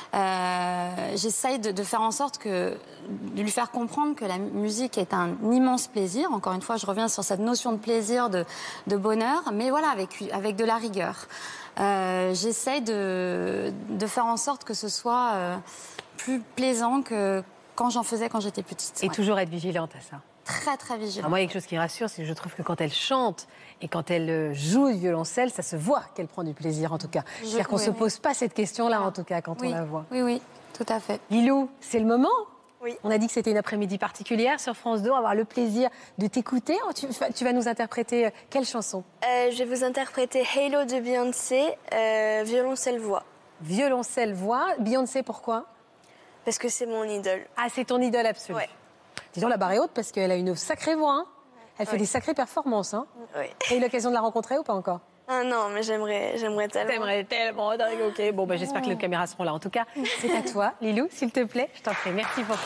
euh, j'essaye de, de faire en sorte que... de lui faire comprendre que la musique est un immense plaisir. Encore une fois, je reviens sur cette notion de plaisir, de, de bonheur, mais voilà, avec, avec de la rigueur. Euh, J'essaye de, de faire en sorte que ce soit euh, plus plaisant que quand j'en faisais quand j'étais petite. Et Ouais. toujours être vigilante à ça. Très, très Alors vigilante. moi, il y a quelque chose qui rassure, c'est que je trouve que quand elle chante et quand elle euh, joue du violoncelle, ça se voit qu'elle prend du plaisir, en tout cas. Je- C'est-à-dire qu'on ne oui, se oui. pose pas cette question-là, en tout cas, quand oui. on la voit. Oui, oui, tout à fait. Lilou, c'est le moment. Oui. On a dit que c'était une après-midi particulière sur France deux. On va avoir le plaisir de t'écouter. Oh, Tu, tu vas nous interpréter euh, quelle chanson Euh, je vais vous interpréter Halo de Beyoncé, euh, violoncelle-voix. Violoncelle-voix. Beyoncé, pourquoi Parce que c'est mon idole. Ah, c'est ton idole absolue. Ouais. Dis donc, la barre est haute parce qu'elle a une sacrée voix. Hein. Elle fait Ouais. des sacrées performances. Hein. Oui. Tu as eu l'occasion de la rencontrer ou pas encore Ah non, mais j'aimerais, j'aimerais tellement. T'aimerais tellement, dingue, ok. Bon, bah, j'espère que les caméras seront là. En tout cas, c'est à toi, Lilou, s'il te plaît. Je t'en prie. Merci beaucoup.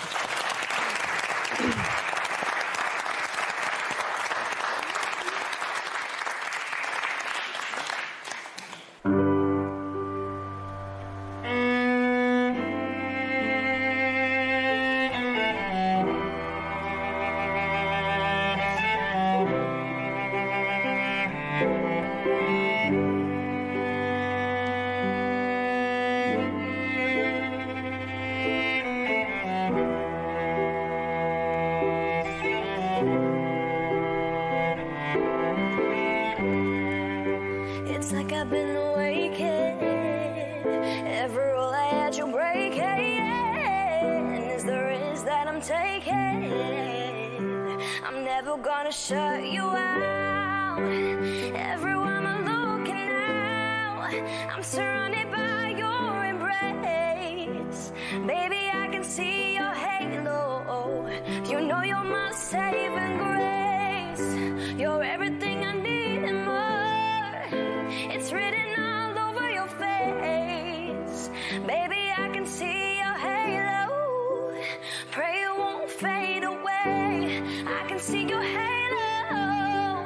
It's like I've been awakened. Every rule I had you breaking. Is the risk that I'm taking? I'm never gonna shut you out. Everyone I'm looking now. I'm surrounded by your embrace. Baby, I can see your halo. You know you're my saving grace. You're everything I need and more. It's written all over your face. Baby, I can see your halo. Pray it won't fade away. I can see your halo.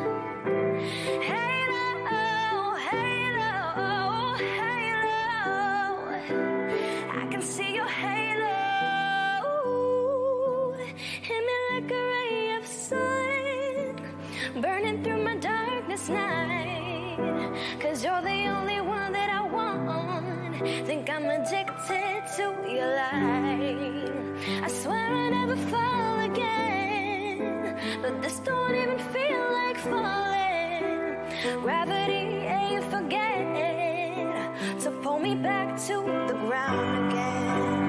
Halo, halo, halo. I can see your halo. Hit me like a ray of sun, burning through my darkness night. Cause you're the only one that I want. Think I'm addicted to your light. I swear I never fall again. But this don't even feel like falling. Gravity ain't forget to pull me back to the ground again.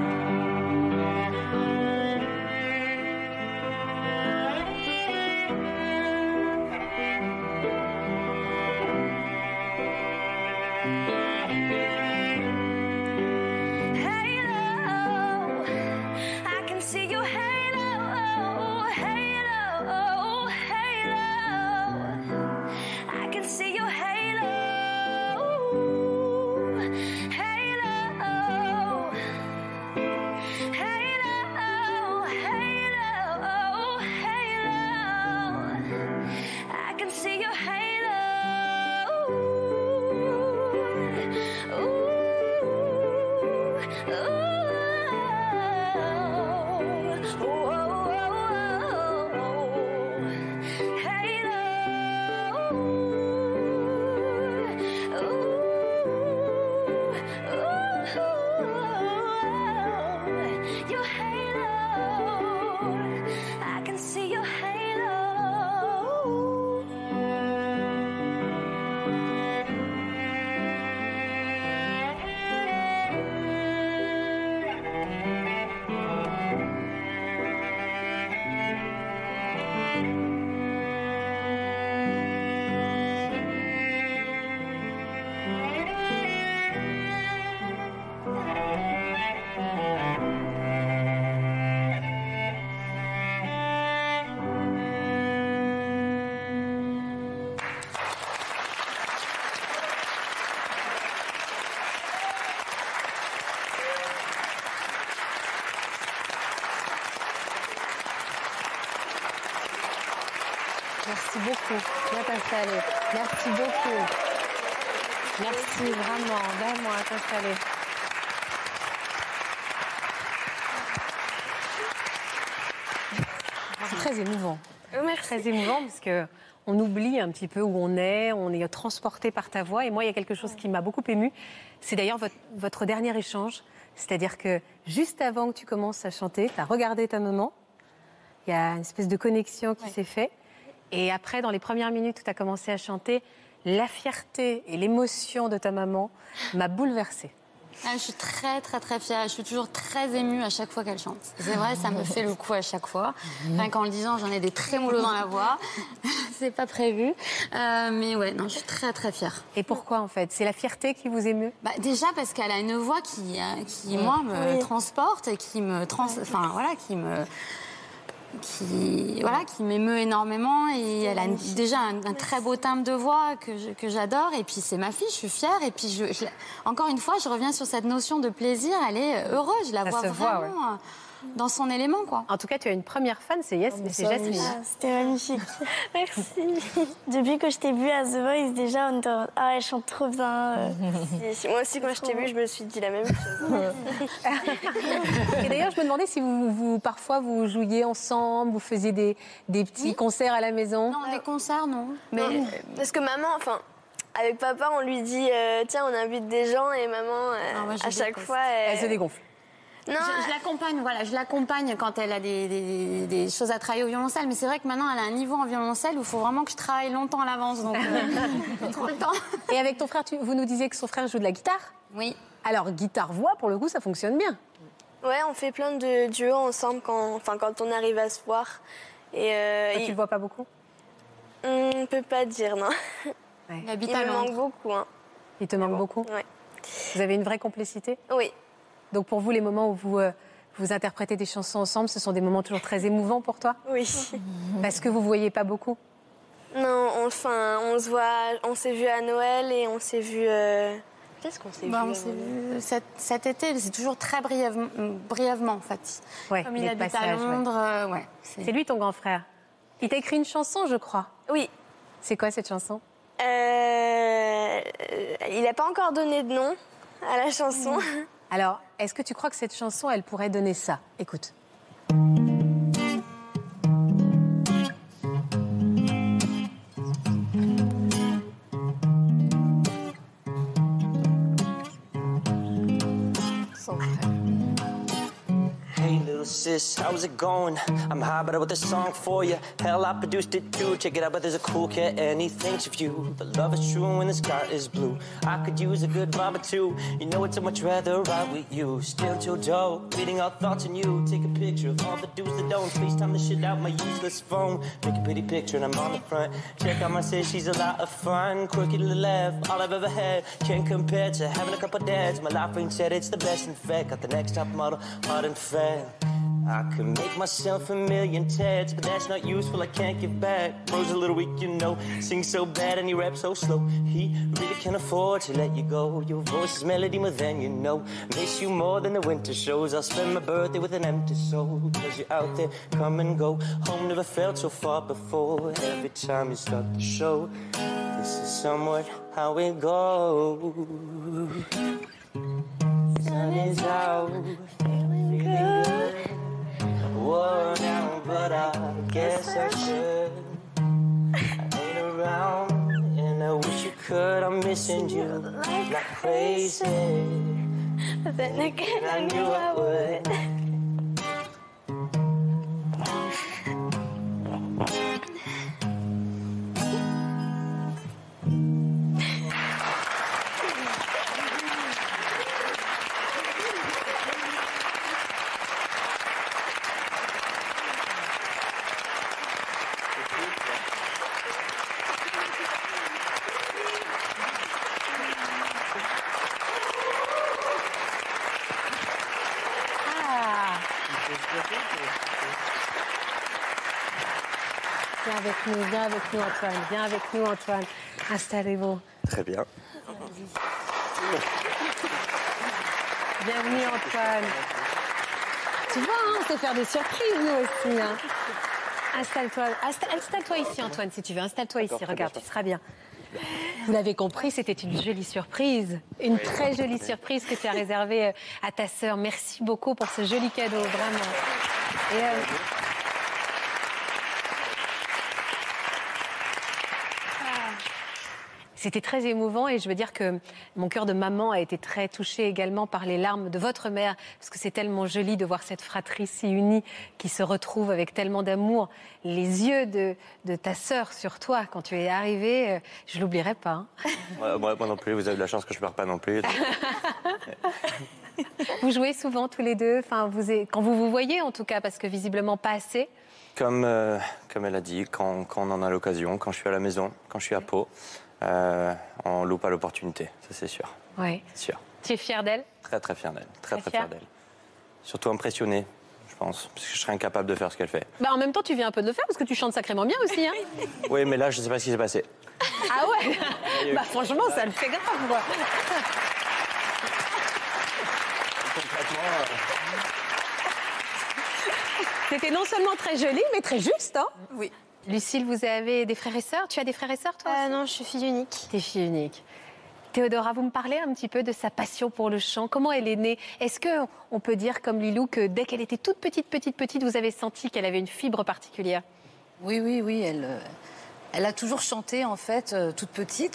Halo, I can see your halo, halo, halo. I can see your halo, halo, beaucoup. Viens t'installer. Merci beaucoup. Merci vraiment, vraiment à t'installer. C'est très émouvant. Merci. Très émouvant parce que on oublie un petit peu où on est, on est transporté par ta voix. Et moi, il y a quelque chose qui m'a beaucoup émue. C'est d'ailleurs votre, votre dernier échange. C'est-à-dire que juste avant que tu commences à chanter, tu as regardé ta maman. Il y a une espèce de connexion qui ouais. s'est faite. Et après, dans les premières minutes où tu as commencé à chanter, la fierté et l'émotion de ta maman m'a bouleversée. Ah, je suis très, très, très fière. Je suis toujours très émue à chaque fois qu'elle chante. C'est vrai, ça me fait le coup à chaque fois. Rien qu'en le disant, j'en ai des trémolos dans la voix. C'est pas prévu. Euh, mais ouais, non, je suis très, très fière. Et pourquoi, en fait? C'est la fierté qui vous émeut? Bah, déjà parce qu'elle a une voix qui, qui moi, me oui. transporte et qui me... Trans... Enfin, voilà, qui me... qui voilà qui m'émeut énormément et elle a une, déjà un, un très beau timbre de voix que, je, que j'adore et puis c'est ma fille, je suis fière et puis je, je, encore une fois je reviens sur cette notion de plaisir, elle est heureuse, je la Ça vois vraiment voit, ouais. dans son élément quoi. En tout cas tu as une première fan, c'est Yes, mais c'est Jasmine. Ah, c'était magnifique. Merci. Depuis que je t'ai vue à The Voice déjà on était en... ah elle chante trop bien. Euh... si, si, moi aussi quand je t'ai vue je me suis dit la même chose. Et d'ailleurs je me demandais si vous, vous parfois vous jouiez ensemble, vous faisiez des, des petits oui. concerts à la maison. Non, des concerts non. Mais non, parce que maman, enfin avec papa on lui dit euh, tiens on invite des gens et maman euh, ah, moi, à chaque fois elle... elle se dégonfle. Non, je, je l'accompagne, voilà, je l'accompagne quand elle a des, des, des choses à travailler au violoncelle. Mais c'est vrai que maintenant, elle a un niveau en violoncelle où il faut vraiment que je travaille longtemps à l'avance. Donc, euh, trop le temps. Et avec ton frère, tu, vous nous disiez que son frère joue de la guitare? Oui. Alors, guitare-voix, pour le coup, ça fonctionne bien. Ouais, on fait plein de duos ensemble quand, enfin, quand on arrive à se voir. Et euh, Toi, il... tu le vois pas beaucoup? On ne peut pas dire, non. Ouais. Il, il me manque beaucoup. Hein. Il te manque bon. beaucoup? Ouais. Vous avez une vraie complicité? Oui. Donc pour vous, les moments où vous, euh, vous interprétez des chansons ensemble, ce sont des moments toujours très émouvants pour toi? Oui. Parce que vous ne voyez pas beaucoup? Non, enfin, on se voit, on s'est vu à Noël et on s'est vu... Euh... Qu'est-ce qu'on s'est bah, vu, on s'est vu cet, cet été, c'est toujours très brièvement, brièvement en fait. Ouais, comme il habite passages, à Londres, ouais. Euh, ouais, c'est... c'est lui ton grand frère. Il t'a écrit une chanson, je crois. Oui. C'est quoi cette chanson? euh... Il n'a pas encore donné de nom à la chanson. Mmh. Alors, est-ce que tu crois que cette chanson, elle pourrait donner ça? Écoute. Son frère. Hey little sis, how's it going? I'm high, but I wrote a song for you. Hell, I produced it too. Check it out, but there's a cool cat and he thinks of you. But love is true when the sky is blue. I could use a good vibe or two. You know it's so much rather ride with you. Still too dope, reading our thoughts on you. Take a picture of all the do's that don't. FaceTime the shit out my useless phone. Make a pretty picture and I'm on the front. Check out my sis, she's a lot of fun. Quirky little laugh, all I've ever had. Can't compare to having a couple dads. My life ain't said it's the best, in fact. Got the next top model, hard and fat. I could make myself a million tats, but that's not useful, I can't give back. Bro's a little weak, you know, sings so bad and he raps so slow. He really can't afford to let you go. Your voice is melody more than you know. Miss you more than the winter shows. I'll spend my birthday with an empty soul. Cause you're out there, come and go. Home never felt so far before. Every time you start the show, this is somewhat how it goes. Sun is out, feeling good. Worn out, but I guess I should. I ain't around, and I wish you could. I'm missing you like crazy. But then again, I knew I would. Viens avec nous, viens avec nous Antoine, viens avec nous Antoine. Installez-vous. Très bien. Bienvenue Antoine. Tu vois, hein, on sait faire des surprises nous aussi. Hein. Installe-toi, insta- installe-toi ici, Antoine, si tu veux. Installe-toi ici, regarde, tu seras bien. Vous l'avez compris, c'était une jolie surprise. Une très jolie surprise que tu as réservée euh, à ta sœur. Merci beaucoup pour ce joli cadeau, vraiment. Et, euh, C'était très émouvant et je veux dire que mon cœur de maman a été très touché également par les larmes de votre mère, parce que c'est tellement joli de voir cette fratrie si unie qui se retrouve avec tellement d'amour. Les yeux de, de ta sœur sur toi quand tu es arrivée, euh, je l'oublierai pas. Hein. Ouais, moi, moi non plus, vous avez de la chance que je ne pleure pas non plus. Vous jouez souvent tous les deux, enfin, vous, quand vous vous voyez en tout cas, parce que visiblement pas assez. Comme, euh, comme elle a dit, quand, quand on en a l'occasion, quand je suis à la maison, quand je suis à Pau, euh, on loupe pas l'opportunité, ça c'est sûr. Oui. C'est sûr. Tu es fière d'elle? Très très fière d'elle, très Très très fière. fière d'elle. Surtout impressionnée, je pense, parce que je serais incapable de faire ce qu'elle fait. Bah, en même temps, tu viens un peu de le faire parce que tu chantes sacrément bien aussi. Hein. Oui, mais là, je ne sais pas ce qui s'est passé. Ah ouais. Bah franchement, ça le fait grave. Quoi. C'était non seulement très joli, mais très juste. Hein. Oui. Lucille, vous avez des frères et sœurs? Tu as des frères et sœurs, toi Euh, aussi? non, je suis fille unique. T'es fille unique. Théodora, vous me parlez un petit peu de sa passion pour le chant. Comment elle est née? Est-ce qu'on peut dire, comme Lilou, que dès qu'elle était toute petite, petite, petite, vous avez senti qu'elle avait une fibre particulière? Oui, oui, oui. Elle, euh, elle a toujours chanté, en fait, euh, toute petite.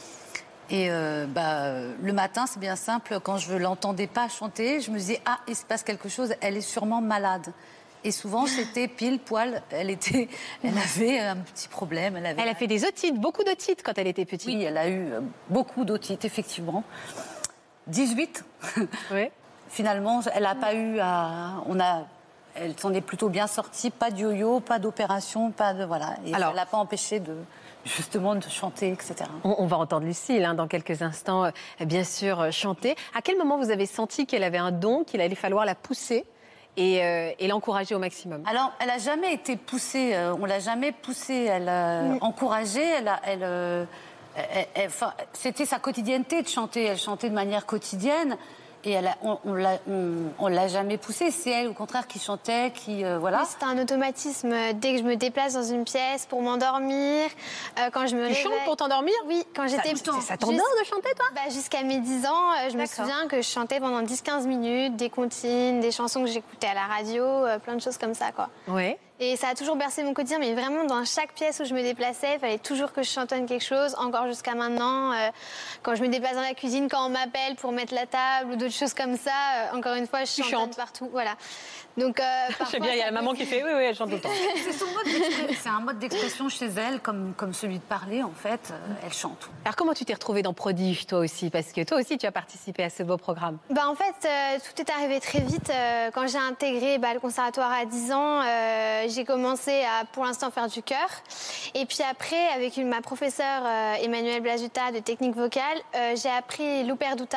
Et euh, bah, euh, le matin, c'est bien simple, quand je ne l'entendais pas chanter, je me disais « Ah, il se passe quelque chose, elle est sûrement malade ». Et souvent, c'était pile poil, elle, était, elle avait un petit problème. Elle, avait... elle a fait des otites, beaucoup d'otites quand elle était petite. Oui, elle a eu beaucoup d'otites, effectivement. dix-huit. Oui. Finalement, elle n'a pas eu à... On a... Elle s'en est plutôt bien sortie, pas de yo-yo, pas d'opération, pas de... Voilà. Et Alors... ça ne l'a pas empêchée de... justement de chanter, et cetera. On, on va entendre Lucille hein, dans quelques instants, euh, bien sûr, euh, chanter. À quel moment vous avez senti qu'elle avait un don, qu'il allait falloir la pousser et, euh, et l'encourager au maximum? Alors, elle n'a jamais été poussée, euh, on l'a jamais poussée, elle a Mm. encouragée, elle a... Elle, euh, elle- elle- enfin, c'était sa quotidienneté de chanter, elle chantait de manière quotidienne. Et elle a, on on l'a on, on l'a jamais poussée. C'est elle, au contraire, qui chantait, qui... euh, voilà. Oui, c'était un automatisme. Dès que je me déplace dans une pièce pour m'endormir, euh, quand je me Tu réveille... chantes pour t'endormir? Oui, quand j'étais... Ça- ça t'endort de chanter, toi? Bah, jusqu'à mes dix ans, euh, je me D'accord. souviens que je chantais pendant dix quinze minutes, des comptines, des chansons que j'écoutais à la radio, euh, plein de choses comme ça, quoi. Oui. Et ça a toujours bercé mon quotidien, mais vraiment, dans chaque pièce où je me déplaçais, il fallait toujours que je chantonne quelque chose, encore jusqu'à maintenant. Euh, quand je me déplace dans la cuisine, quand on m'appelle pour mettre la table ou d'autres choses comme ça, euh, encore une fois, je Tu chantonne chantes. partout. Voilà. Donc, euh, Je sais parfois, bien, il y a ça la maman peut- qui fait oui, oui, elle chante tout le temps. C'est son mode d'expression- c'est un mode d'expression chez elle, comme, comme celui de parler, en fait. Euh, elle chante. Alors, comment tu t'es retrouvée dans Prodige, toi aussi? Parce que toi aussi, tu as participé à ce beau programme. Bah en fait, euh, tout est arrivé très vite. Euh, quand j'ai intégré bah, le conservatoire à dix ans, euh, j'ai commencé à, pour l'instant, faire du chœur. Et puis après, avec une- ma professeure euh, Emmanuelle Blasuta de technique vocale, euh, j'ai appris l'uperduta.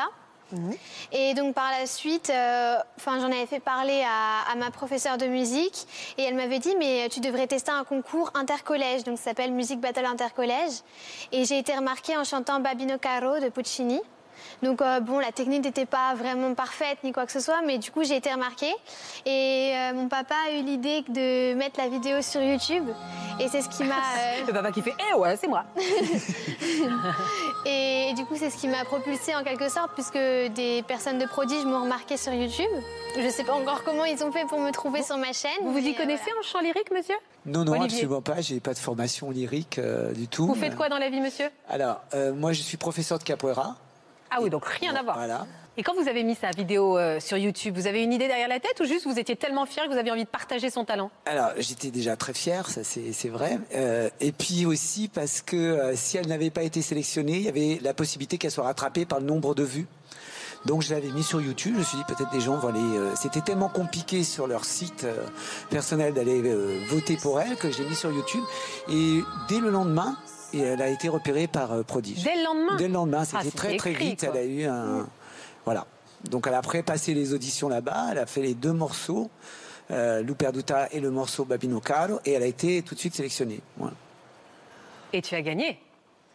Et donc par la suite, euh, enfin, j'en avais fait parler à, à ma professeure de musique et elle m'avait dit mais tu devrais tester un concours intercollège, donc ça s'appelle Music Battle Intercollège. Et j'ai été remarquée en chantant Babino Caro de Puccini. Donc euh, bon, la technique n'était pas vraiment parfaite ni quoi que ce soit, mais du coup j'ai été remarquée. Et euh, mon papa a eu l'idée de mettre la vidéo sur YouTube. Et c'est ce qui m'a... euh, Le papa qui fait eh ouais, c'est moi. Et du coup, c'est ce qui m'a propulsée en quelque sorte, puisque des personnes de prodige m'ont remarqué sur YouTube. Je sais pas encore comment ils ont fait pour me trouver sur ma chaîne. Vous vous y mais, connaissez en chant lyrique, monsieur? Non, non, Olivier. absolument pas. J'ai pas de formation lyrique euh, du tout. Vous faites quoi dans la vie, monsieur? Alors, euh, moi, je suis professeur de capoeira. Ah oui, donc rien à voir. Voilà. Et quand vous avez mis sa vidéo euh, sur YouTube, vous avez une idée derrière la tête ou juste vous étiez tellement fier que vous aviez envie de partager son talent? Alors, j'étais déjà très fier, ça c'est c'est vrai. Euh, et puis aussi parce que euh, si elle n'avait pas été sélectionnée, il y avait la possibilité qu'elle soit rattrapée par le nombre de vues. Donc je l'avais mis sur YouTube. Je me suis dit peut-être des gens vont aller. Euh, C'était tellement compliqué sur leur site euh, personnel d'aller euh, voter pour elle que j'ai mis sur YouTube. Et dès le lendemain, et elle a été repérée par euh, Prodige. Dès le lendemain. Dès le lendemain, Ah, c'était c'était très très écrit, vite. quoi. Elle a eu un. Voilà. Donc elle a après passé les auditions là-bas. Elle a fait les deux morceaux, euh, L'Uperduta et le morceau Babino Caro, et elle a été tout de suite sélectionnée. Voilà. Et tu as gagné.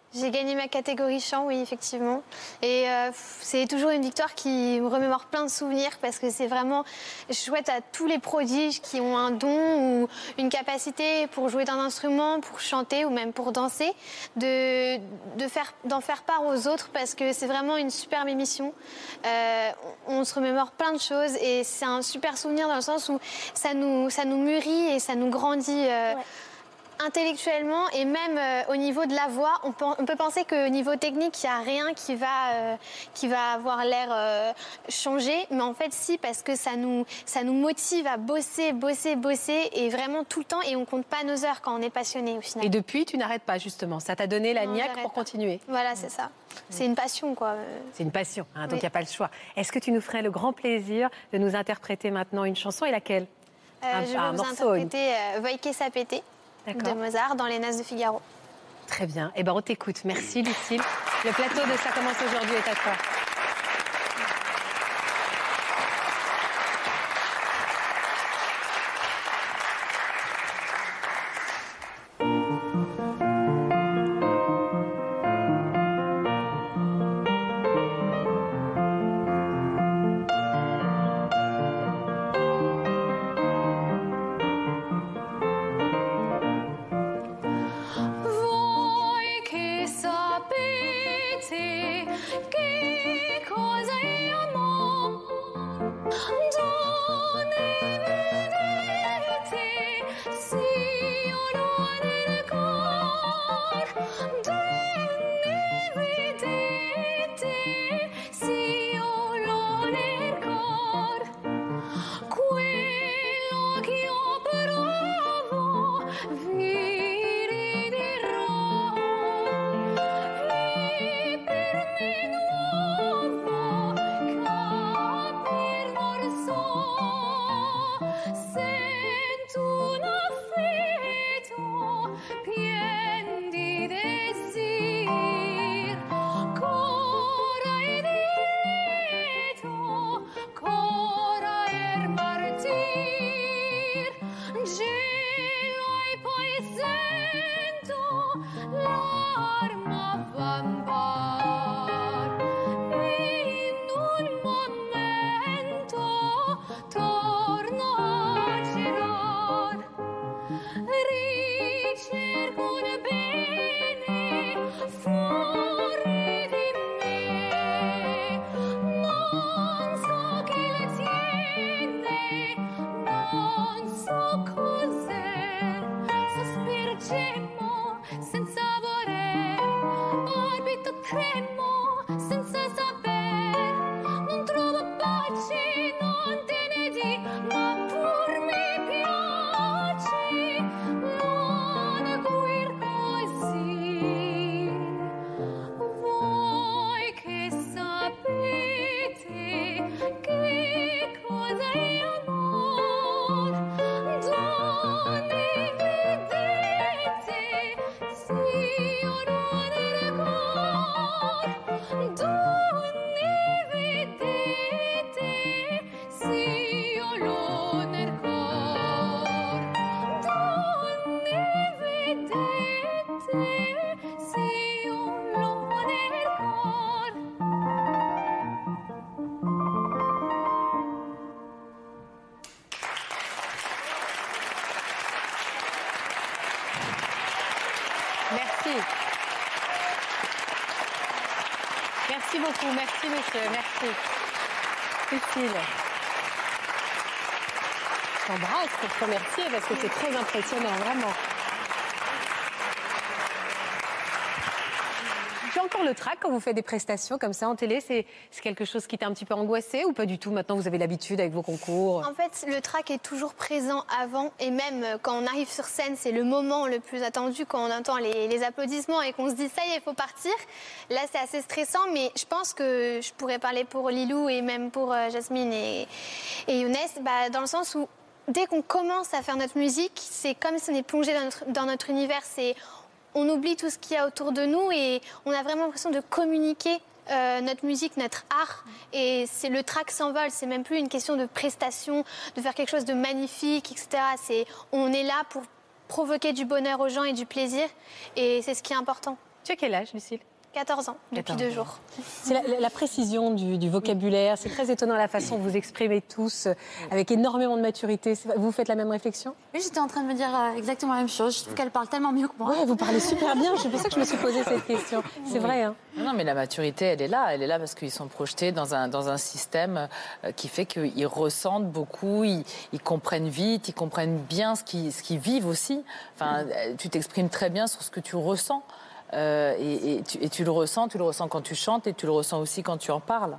J'ai gagné ma catégorie chant, oui, effectivement. Et euh, c'est toujours une victoire qui me remémore plein de souvenirs parce que c'est vraiment chouette à tous les prodiges qui ont un don ou une capacité pour jouer d'un instrument, pour chanter ou même pour danser, de, de faire, d'en faire part aux autres parce que c'est vraiment une superbe émission. Euh, on se remémore plein de choses et c'est un super souvenir dans le sens où ça nous, ça nous mûrit et ça nous grandit. Euh, ouais. Intellectuellement et même euh, au niveau de la voix, on peut, on peut penser qu'au niveau technique, il n'y a rien qui va, euh, qui va avoir l'air euh, changé. Mais en fait, si, parce que ça nous, ça nous motive à bosser, bosser, bosser et vraiment tout le temps. Et on ne compte pas nos heures quand on est passionné au final. Et depuis, tu n'arrêtes pas justement. Ça t'a donné la niaque pour pas. continuer. Voilà, c'est ça. C'est une passion, quoi. C'est une passion, hein, donc il oui. n'y a pas le choix. Est-ce que tu nous ferais le grand plaisir de nous interpréter maintenant une chanson et laquelle euh, un, Je vais un vous morceau, interpréter euh, Voike Sapete de Mozart dans Les Noces de Figaro. Très bien. Eh ben, on t'écoute. Merci, Lucille. Le plateau de Ça commence aujourd'hui est à toi. Merci beaucoup, merci monsieur, merci. Lucille. Je t'embrasse pour te remercier parce que c'est très impressionnant, vraiment. Tu as encore le trac quand vous faites des prestations comme ça en télé? C'est quelque chose qui t'a un petit peu angoissé ou pas du tout? Maintenant, vous avez l'habitude avec vos concours. En fait, le trac est toujours présent avant et même quand on arrive sur scène, c'est le moment le plus attendu quand on entend les, les applaudissements et qu'on se dit ça y est, il faut partir. Là, c'est assez stressant, mais je pense que je pourrais parler pour Lilou et même pour euh, Jasmine et, et Younes, bah, dans le sens où dès qu'on commence à faire notre musique, c'est comme si on est plongé dans notre, dans notre univers. C'est on oublie tout ce qu'il y a autour de nous et on a vraiment l'impression de communiquer euh, notre musique, notre art. Et c'est le trac s'envole, c'est même plus une question de prestation, de faire quelque chose de magnifique, et cetera. C'est, on est là pour provoquer du bonheur aux gens et du plaisir et c'est ce qui est important. Tu as quel âge, Lucille? quatorze ans, depuis quatorze deux ans. jours. C'est la, la précision du, du vocabulaire. C'est très étonnant la façon dont vous exprimez tous, euh, avec énormément de maturité. C'est- Vous faites la même réflexion? Oui, j'étais en train de me dire euh, exactement la même chose. Je trouve qu'elle parle tellement mieux que moi. Oui, vous parlez super bien. C'est pour ça que je me suis posé cette question. C'est vrai, hein? Non, non, mais la maturité, elle est là. Elle est là parce qu'ils sont projetés dans un, dans un système euh, qui fait qu'ils ressentent beaucoup, ils, ils comprennent vite, ils comprennent bien ce qu'ils, ce qu'ils vivent aussi. Enfin, euh, tu t'exprimes très bien sur ce que tu ressens. Euh, et, et, tu, et tu le ressens, tu le ressens quand tu chantes et tu le ressens aussi quand tu en parles.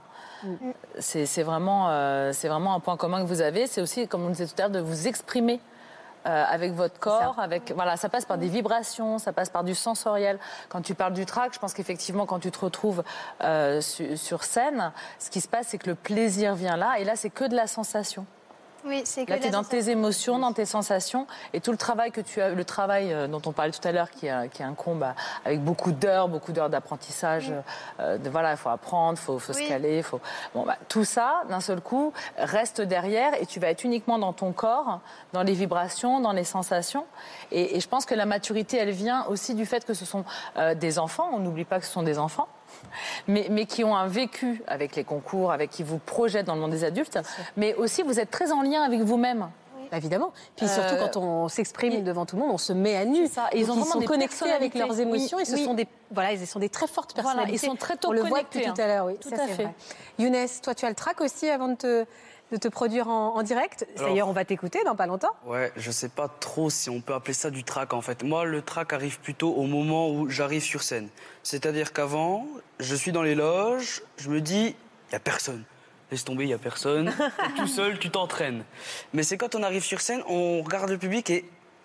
C'est, c'est vraiment, euh, c'est vraiment un point commun que vous avez. C'est aussi, comme on disait tout à l'heure, de vous exprimer euh, avec votre corps. Avec, voilà, ça passe par des vibrations, ça passe par du sensoriel. Quand tu parles du track, je pense qu'effectivement, quand tu te retrouves euh, su, sur scène, ce qui se passe, c'est que le plaisir vient là. Et là, c'est que de la sensation. Oui, c'est que Là, de tu es la dans tes émotions, dans tes sensations, et tout le travail que tu as, le travail euh, dont on parlait tout à l'heure, qui, est- qui est un combat avec beaucoup d'heures, beaucoup d'heures d'apprentissage. euh, de, voilà, il faut apprendre, il faut, faut Oui. se caler, faut. Bon, bah, tout ça, d'un seul coup, reste derrière, et tu vas être uniquement dans ton corps, dans les vibrations, dans les sensations. Et, et je pense que la maturité, elle vient aussi du fait que ce sont euh, des enfants. On n'oublie pas que ce sont des enfants. Mais, mais qui ont un vécu avec les concours, avec qui vous projettent dans le monde des adultes, mais aussi vous êtes très en lien avec vous-même. Bah, évidemment. Puis surtout, Euh, quand on s'exprime devant tout le monde, on se met à nu. C'est ça. Et ils Donc, ont vraiment sont des connectés avec personnalités. leurs émotions. Oui, et ce oui. sont des, voilà, ils sont des très fortes Voilà, personnalités. ils sont très tôt On le voit connectés, depuis tout à l'heure, oui. Tout Ça, à c'est fait. vrai. Younes, toi, tu as le track aussi avant de te, de te produire en, en direct. Alors- D'ailleurs, on va t'écouter dans pas longtemps. Ouais, je sais pas trop si on peut appeler ça du track en fait. Moi, le track arrive plutôt au moment où j'arrive sur scène. C'est-à-dire qu'avant, je suis dans les loges, je me dis, il y a personne. Laisse tomber, il y a personne. T'es tout seul, tu t'entraînes. Mais c'est quand on arrive sur scène, on regarde le public et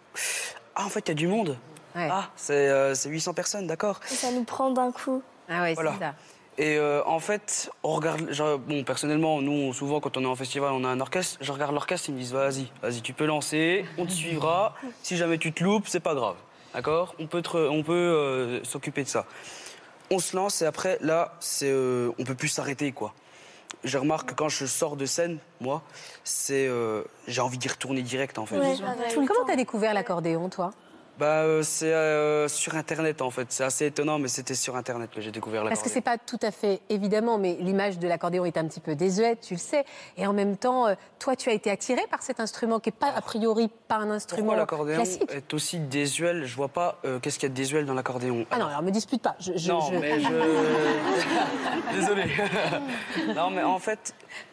ah, en fait, il y a du monde. Ah, c'est euh, c'est huit cents personnes, d'accord. Et ça nous prend d'un coup. Ah ouais, Voilà. c'est ça. Et euh, en fait, on regarde. Genre, bon, personnellement, nous, souvent, quand on est en festival, on a un orchestre. Je regarde l'orchestre, ils me disent vas-y, vas-y, tu peux lancer, on te suivra. Si jamais tu te loupes, c'est pas grave. D'accord. On peut, te- on peut euh, s'occuper de ça. On se lance et après, là, c'est, euh, on peut plus s'arrêter, quoi. Je remarque que quand je sors de scène, moi, c'est, euh, j'ai envie d'y retourner direct, en fait. Comment t'as découvert l'accordéon, toi? Bah, euh, c'est euh, sur Internet, en fait. C'est assez étonnant, mais c'était sur Internet que j'ai découvert Parce que l'accordéon. c'est pas tout à fait évidemment, mais l'image de l'accordéon est un petit peu désuète, tu le sais. Et en même temps, euh, toi, tu as été attiré par cet instrument qui est pas a priori pas un instrument Pourquoi l'accordéon classique. est aussi désuel? Je vois pas euh, qu'est-ce qu'il y a de désuel dans l'accordéon. Ah non, alors me dispute pas. Je, je- non, je- mais je... Désolé. Non, mais en fait,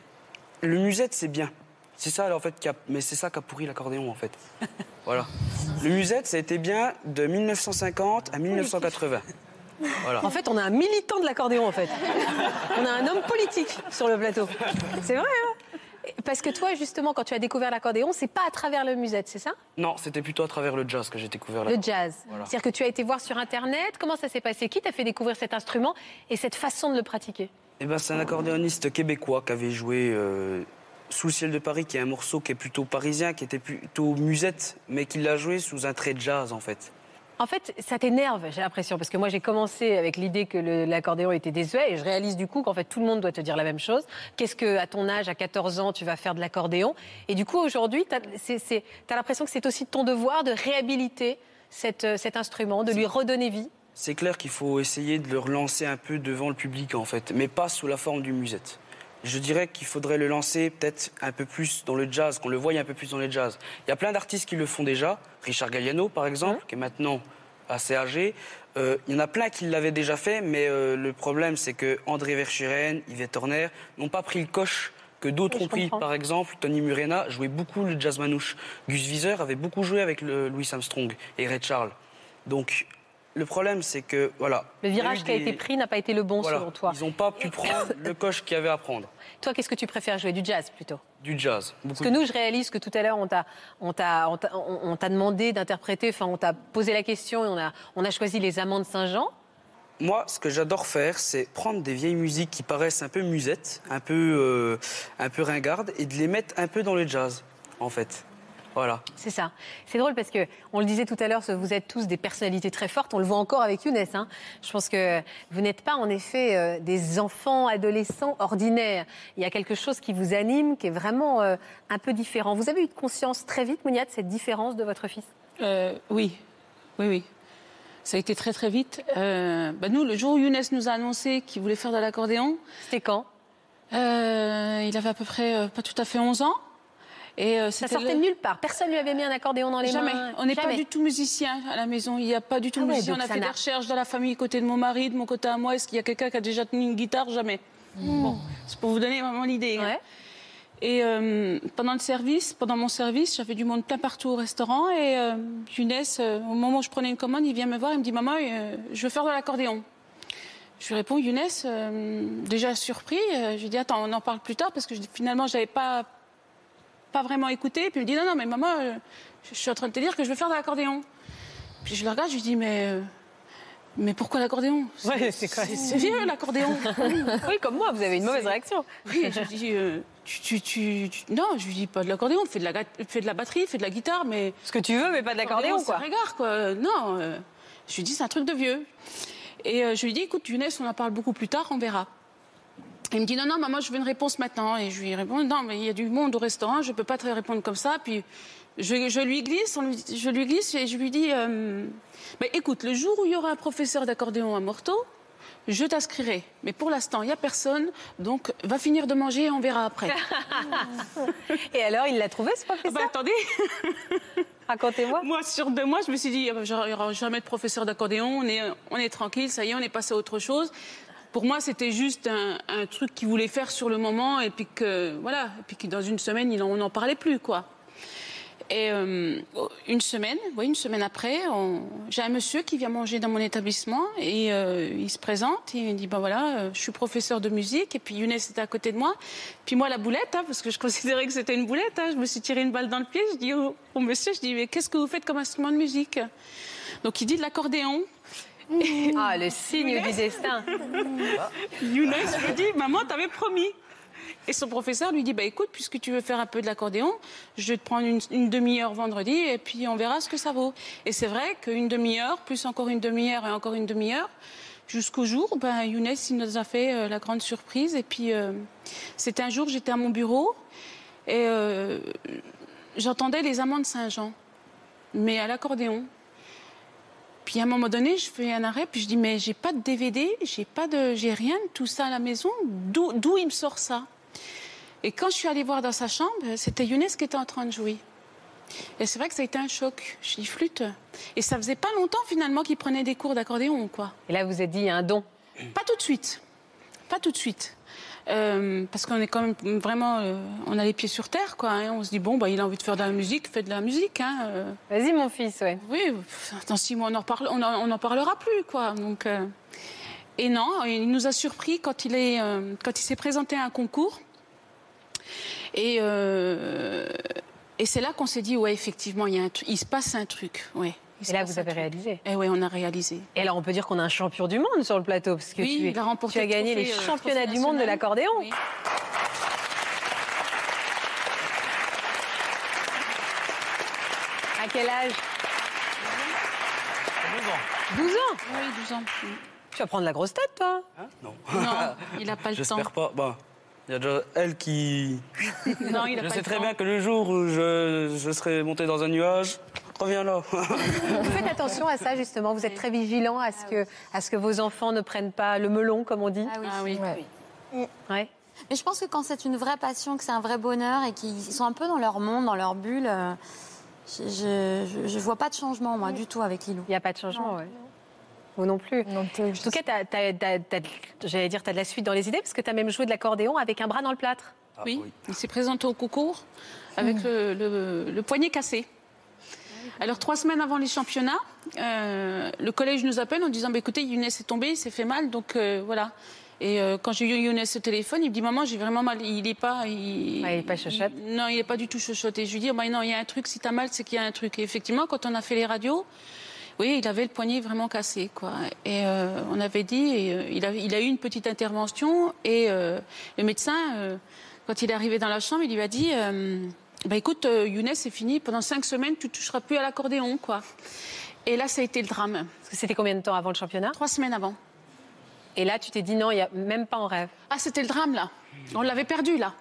le musette, c'est bien. C'est ça, en fait, qui a... mais c'est ça qui a pourri l'accordéon, en fait. Voilà. Le musette, ça a été bien de mille neuf cent cinquante à mille neuf cent quatre-vingts. Voilà. En fait, on a un militant de l'accordéon, en fait. On a un homme politique sur le plateau. C'est vrai, hein? Parce que toi, justement, quand tu as découvert l'accordéon, c'est pas à travers le musette, c'est ça? Non, c'était plutôt à travers le jazz que j'ai découvert Le l'accordéon. jazz. Voilà. C'est-à-dire que tu as été voir sur Internet. Comment ça s'est passé? Qui t'a fait découvrir cet instrument et cette façon de le pratiquer? Eh ben, c'est un accordéoniste québécois qui avait joué euh, Sous le ciel de Paris, qui est un morceau qui est plutôt parisien, qui était plutôt musette, mais qui l'a joué sous un trait de jazz, en fait. En fait, ça t'énerve, j'ai l'impression, parce que moi j'ai commencé avec l'idée que le- l'accordéon était désuet, et je réalise du coup qu'en fait tout le monde doit te dire la même chose. Qu'est-ce que, à ton âge, à quatorze ans, tu vas faire de l'accordéon? Et du coup aujourd'hui, t'as c'est- c'est- t'as l'impression que c'est aussi ton devoir de réhabiliter cette, euh, cet instrument, de lui redonner vie. C'est clair qu'il faut essayer de le relancer un peu devant le public, en fait, mais pas sous la forme du musette. Je dirais qu'il faudrait le lancer peut-être un peu plus dans le jazz, qu'on le voie un peu plus dans le jazz. Il y a plein d'artistes qui le font déjà. Richard Galliano, par exemple, qui est maintenant assez âgé. Euh, il y en a plein qui l'avaient déjà fait, mais euh, le problème, c'est que André Verschuren, Yvette Horner n'ont pas pris le coche que d'autres Oui, ont je pris. comprends. Par exemple, Tony Murena jouait beaucoup le jazz manouche. Gus Wieser avait beaucoup joué avec le Louis Armstrong et Ray Charles. Donc, le problème, c'est que, voilà... Le il y virage eu qui a des- été pris n'a pas été le bon Voilà, selon toi. Ils n'ont pas pu prendre le coche qu'il y avait à prendre. Toi, qu'est-ce que tu préfères jouer? Du jazz plutôt? Du jazz. Parce Beaucoup que de- nous, je réalise que tout à l'heure, on t'a, on t'a, on t'a, on- on t'a demandé d'interpréter, enfin, on t'a posé la question et on a, on a choisi les Amants de Saint-Jean. Moi, ce que j'adore faire, c'est prendre des vieilles musiques qui paraissent un peu musettes, un peu, euh, un peu ringardes, et de les mettre un peu dans le jazz, en fait. Voilà. C'est ça. C'est drôle parce que, on le disait tout à l'heure, vous êtes tous des personnalités très fortes. On le voit encore avec Younes, hein. Je pense que vous n'êtes pas, en effet, euh, des enfants, adolescents ordinaires. Il y a quelque chose qui vous anime, qui est vraiment euh, un peu différent. Vous avez eu conscience très vite, Mounia, de cette différence de votre fils? Euh, oui, oui, oui. Ça a été très très vite. Euh, bah nous, le jour où Younes nous a annoncé qu'il voulait faire de l'accordéon... C'était quand euh, Il avait à peu près euh, pas tout à fait onze ans. Et, euh, ça sortait de nulle part. Personne lui avait mis un accordéon dans les Jamais. mains. On n'est pas Jamais. du tout musicien à la maison. Il n'y a pas du tout Ah de ouais, musicien. donc On a ça fait des n'a- recherches dans la famille, côté de mon mari, de mon côté à moi. Est-ce qu'il y a quelqu'un qui a déjà tenu une guitare? Jamais. Bon, c'est pour vous donner vraiment l'idée. hein. Et euh, pendant le service, pendant mon service, j'avais du monde plein partout au restaurant. Et euh, Younes, euh, au moment où je prenais une commande, il vient me voir, il me dit « Maman, euh, je veux faire de l'accordéon ». Je lui réponds « Younes, euh, déjà surpris. euh, Je lui dis « Attends, on en parle plus tard parce que je- finalement, je n'avais pas, pas vraiment écouté. » Puis il me dit « Non, non, mais maman, euh, je suis en train de te dire que je veux faire de l'accordéon ». Puis je le regarde, je lui dis « Mais, euh, mais pourquoi l'accordéon? Ouais, c'est quoi C'est vieux, l'accordéon. » Oui, comme moi, vous avez une mauvaise réaction. Oui, je lui dis, euh, tu, tu, tu, tu- non, je lui dis pas de l'accordéon, fais de la, ga- fais de la batterie, fais de la guitare, mais... Ce que tu veux, mais pas de l'accordéon, c'est quoi. un regard, quoi. Non, euh, je lui dis, c'est un truc de vieux. Et euh, je lui dis, écoute, Younes, on en parle beaucoup plus tard, on verra. Il me dit, non, non, maman, je veux une réponse maintenant. Et je lui réponds, non, mais il y a du monde au restaurant, je peux pas te répondre comme ça. Puis je, je lui glisse, on lui- je lui glisse et je lui dis, euh, bah, écoute, le jour où il y aura un professeur d'accordéon à Morteau, je t'inscrirai. Mais pour l'instant, il n'y a personne, donc va finir de manger et on verra après. Et alors, il l'a trouvé, ce professeur? Ah bah, attendez. Racontez-moi. Moi, sur deux mois, je me suis dit, ah bah, il n'y aura jamais de professeur d'accordéon, on est, on est tranquille, ça y est, on est passé à autre chose. Pour moi, c'était juste un, un truc qu'il voulait faire sur le moment, et puis que, voilà, et puis que dans une semaine, il en- on n'en parlait plus, quoi. Et euh, une semaine, oui, une semaine après, on- j'ai un monsieur qui vient manger dans mon établissement et euh, il se présente et il me dit, ben voilà, euh, je suis professeur de musique et puis Younes était à côté de moi. Puis moi, la boulette, hein, parce que je considérais que c'était une boulette, hein, je me suis tiré une balle dans le pied, je dis au, au monsieur, je dis, mais qu'est-ce que vous faites comme instrument de musique? Donc il dit de l'accordéon. Ah, le signe du destin. Younes me dit, maman, t'avais promis. Et son professeur lui dit, bah, écoute, puisque tu veux faire un peu de l'accordéon, je vais te prendre une, une demi-heure vendredi et puis on verra ce que ça vaut. Et c'est vrai qu'une demi-heure, plus encore une demi-heure et encore une demi-heure, jusqu'au jour, ben, Younes, il nous a fait euh, la grande surprise. Et puis, euh, c'était un jour, j'étais à mon bureau et euh, j'entendais les amants de Saint-Jean, mais à l'accordéon. Puis à un moment donné, je fais un arrêt, puis je dis, mais j'ai pas de D V D, j'ai pas de, j'ai rien de tout ça à la maison, d'où, d'où il me sort ça? Et quand je suis allée voir dans sa chambre, c'était Younes qui était en train de jouer. Et c'est vrai que ça a été un choc. Je dis, flûte. Et ça faisait pas longtemps finalement qu'il prenait des cours d'accordéon, quoi. Et là, vous vous êtes dit, il y a un don. Pas tout de suite. Pas tout de suite. Euh, parce qu'on est quand même vraiment, euh, on a les pieds sur terre, quoi. Hein. On se dit, bon, bah, il a envie de faire de la musique, fait de la musique. Hein, euh. Vas-y, mon fils, ouais. Oui, dans six mois, on en, parle, on en, on en parlera plus, quoi. Donc, euh. Et non, il nous a surpris quand il, est, euh, quand il s'est présenté à un concours. Et, euh, et c'est là qu'on s'est dit, ouais, effectivement, il, y a un tru- il se passe un truc. Ouais, il se Et là, passe vous un avez truc. réalisé. Et oui, on a réalisé. Et alors, on peut dire qu'on a un champion du monde sur le plateau, parce que Oui, tu, es- il a remporté tu as le gagné trophée, les euh, championnats trophée du monde de national. l'accordéon. Oui. À quel âge? douze ans. douze ans. Oui, douze ans. Tu vas prendre la grosse tête, toi? Non. Non, il n'a pas le temps. J'espère pas. Bah, il y a déjà elle qui. Non, il a Je pas sais le très temps. bien que le jour où je, je serai monté dans un nuage, reviens là. Vous faites attention à ça, justement. Vous êtes très vigilant à ce, que, à ce que vos enfants ne prennent pas le melon, comme on dit. Ah oui. Ah oui. Oui. Ouais. Mais je pense que quand c'est une vraie passion, que c'est un vrai bonheur et qu'ils sont un peu dans leur monde, dans leur bulle, euh, je ne vois pas de changement, moi, du tout avec Lilou. Il n'y a pas de changement, ouais. Vous non plus. Non plus. En tout cas, t'as- t'as- t'as- t'as- j'allais dire, tu as de la suite dans les idées, parce que tu as même joué de l'accordéon avec un bras dans le plâtre. Oui, il s'est présenté au concours avec le, le- le poignet cassé. Alors, trois semaines avant les championnats, euh, le collège nous appelle en disant bah, écoutez, Younes est tombé, il s'est fait mal, donc euh, voilà. Et euh, quand j'ai eu Younes au téléphone, il me dit maman, j'ai vraiment mal. Il n'est pas. Il Ouais, il est pas chochotte. il- non, il n'est pas du tout chochotte. Et je lui dis bah, non, il y a un truc, si tu as mal, c'est qu'il y a un truc. Et effectivement, quand on a fait les radios, oui, il avait le poignet vraiment cassé, quoi. Et euh, on avait dit, et, euh, il, a, il a eu une petite intervention, et euh, le médecin, euh, quand il est arrivé dans la chambre, il lui a dit, euh, bah écoute, euh, Younes, c'est fini, pendant cinq semaines, tu toucheras plus à l'accordéon, quoi. Et là, ça a été le drame. Parce que c'était combien de temps avant le championnat? Trois semaines avant. Et là, tu t'es dit non, il n'y a même pas en rêve. Ah, c'était le drame, là. On l'avait perdu, là.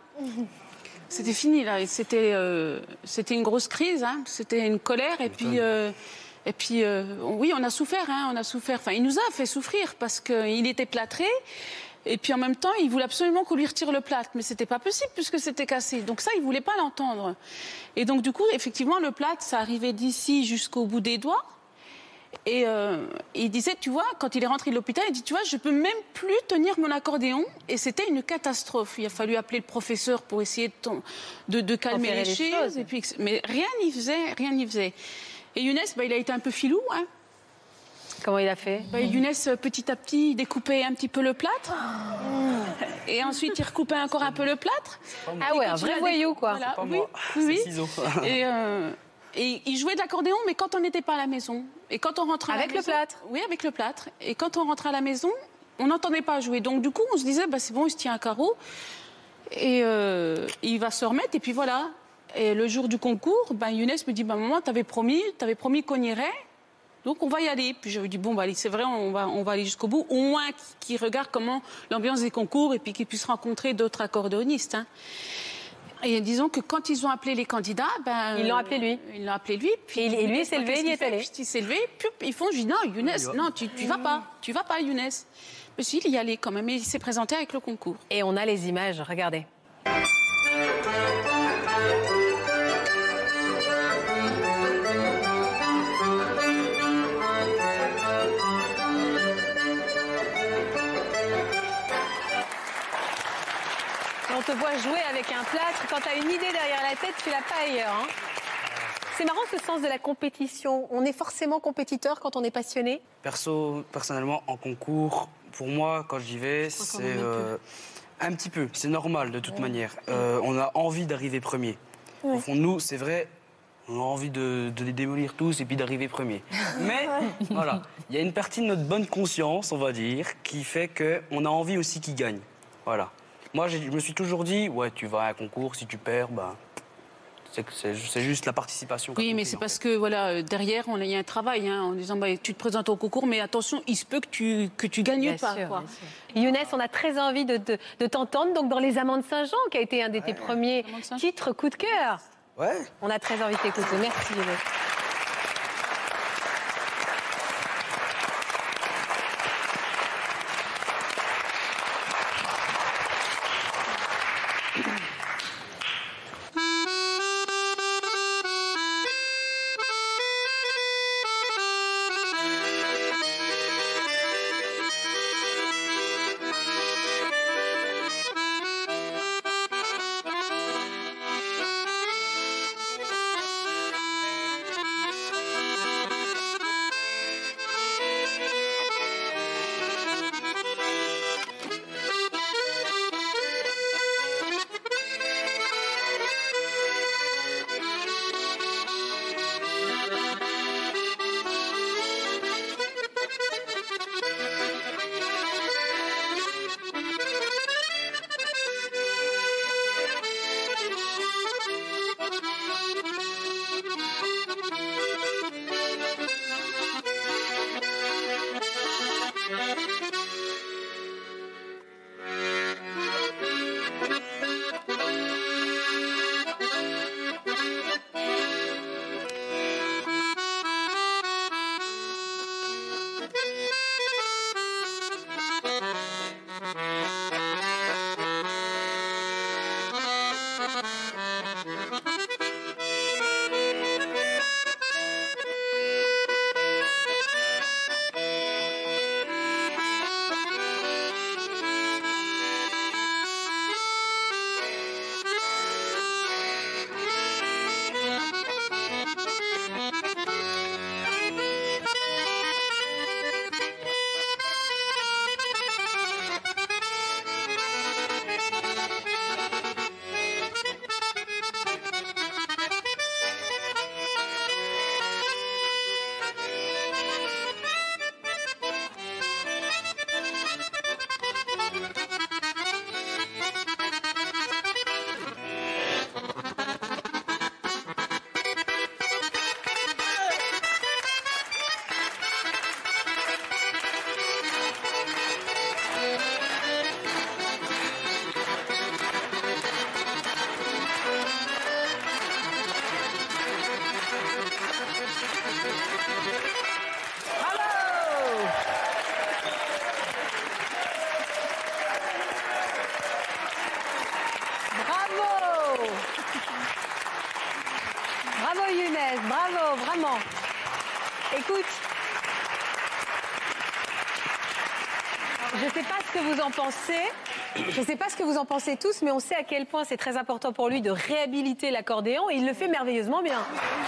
C'était fini, là. Et C'était euh, c'était une grosse crise, hein. C'était une colère, et puis... euh, Et puis, euh, oui, on a souffert, hein, on a souffert. Enfin, il nous a fait souffrir parce qu'il était plâtré. Et puis, en même temps, il voulait absolument qu'on lui retire le plâtre. Mais c'était pas possible puisque c'était cassé. Donc ça, il voulait pas l'entendre. Et donc, du coup, effectivement, le plâtre, ça arrivait d'ici jusqu'au bout des doigts. Et euh, il disait, tu vois, quand il est rentré de l'hôpital, il dit, tu vois, je peux même plus tenir mon accordéon. Et c'était une catastrophe. Il a fallu appeler le professeur pour essayer de, de, de calmer les, les choses. choses. Et puis, mais rien n'y faisait, rien n'y faisait. Et Younes, bah, il a été un peu filou, hein. Comment il a fait? bah, Younes, petit à petit, il découpait un petit peu le plâtre. Oh. Et ensuite, il recoupait encore un peu le plâtre. Ah ouais, un vrai voyou, quoi. Voilà. Oui, oui, oui. Et, euh, et il jouait de l'accordéon, mais quand on n'était pas à la maison. Et quand on rentrait à avec la maison, le plâtre? Oui, avec le plâtre. Et quand on rentrait à la maison, on n'entendait pas jouer. Donc, du coup, on se disait, bah, c'est bon, il se tient un carreau. Et euh, il va se remettre, et puis voilà. Et le jour du concours, ben Younes me dit, bah, maman, t'avais promis, t'avais promis qu'on irait, donc on va y aller. Puis je lui dis, bon, bah, allez, c'est vrai, on va, on va aller jusqu'au bout, au moins qu'il regarde comment l'ambiance des concours et puis qu'il puisse rencontrer d'autres accordéonistes. Hein. Et disons que quand ils ont appelé les candidats, ben, ils l'ont appelé lui. Ils l'ont appelé lui. Puis et, et lui, il s'est levé, il y est allé. Il s'est levé, puis ils font, je dis, non, Younes, non, tu, tu vas pas, tu vas pas, Younes. Mais si, il y allait quand même, et il s'est présenté avec le concours. Et on a les images, regardez. On te voit jouer avec un plâtre. Quand tu as une idée derrière la tête, tu l'as pas ailleurs. Hein. C'est marrant ce sens de la compétition. On est forcément compétiteur quand on est passionné. Perso, personnellement, en concours, pour moi, quand j'y vais, c'est euh, un petit peu. C'est normal de toute ouais. manière. Euh, on a envie d'arriver premier. Ouais. Au fond de nous, c'est vrai, on a envie de, de les démolir tous et puis d'arriver premier. Mais ouais. voilà, il y a une partie de notre bonne conscience, on va dire, qui fait qu'on a envie aussi qu'ils gagnent. Voilà. Moi, je me suis toujours dit, ouais, tu vas à un concours, si tu perds, ben, c'est juste la participation. Oui, mais c'est parce que, voilà, derrière, il y a un travail, hein, en disant, bah, tu te présentes au concours, mais attention, il se peut que tu que tu gagnes bien pas. Sûr, quoi. Younes, on a très envie de, de, de t'entendre, donc dans Les Amants de Saint-Jean, qui a été un de tes ouais. premiers titres coup de cœur. Ouais. On a très envie de t'écouter. Merci, Younes. Bravo, vraiment. Écoute, je ne sais pas ce que vous en pensez. Je ne sais pas ce que vous en pensez tous, mais on sait à quel point c'est très important pour lui de réhabiliter l'accordéon. Et il le fait merveilleusement bien.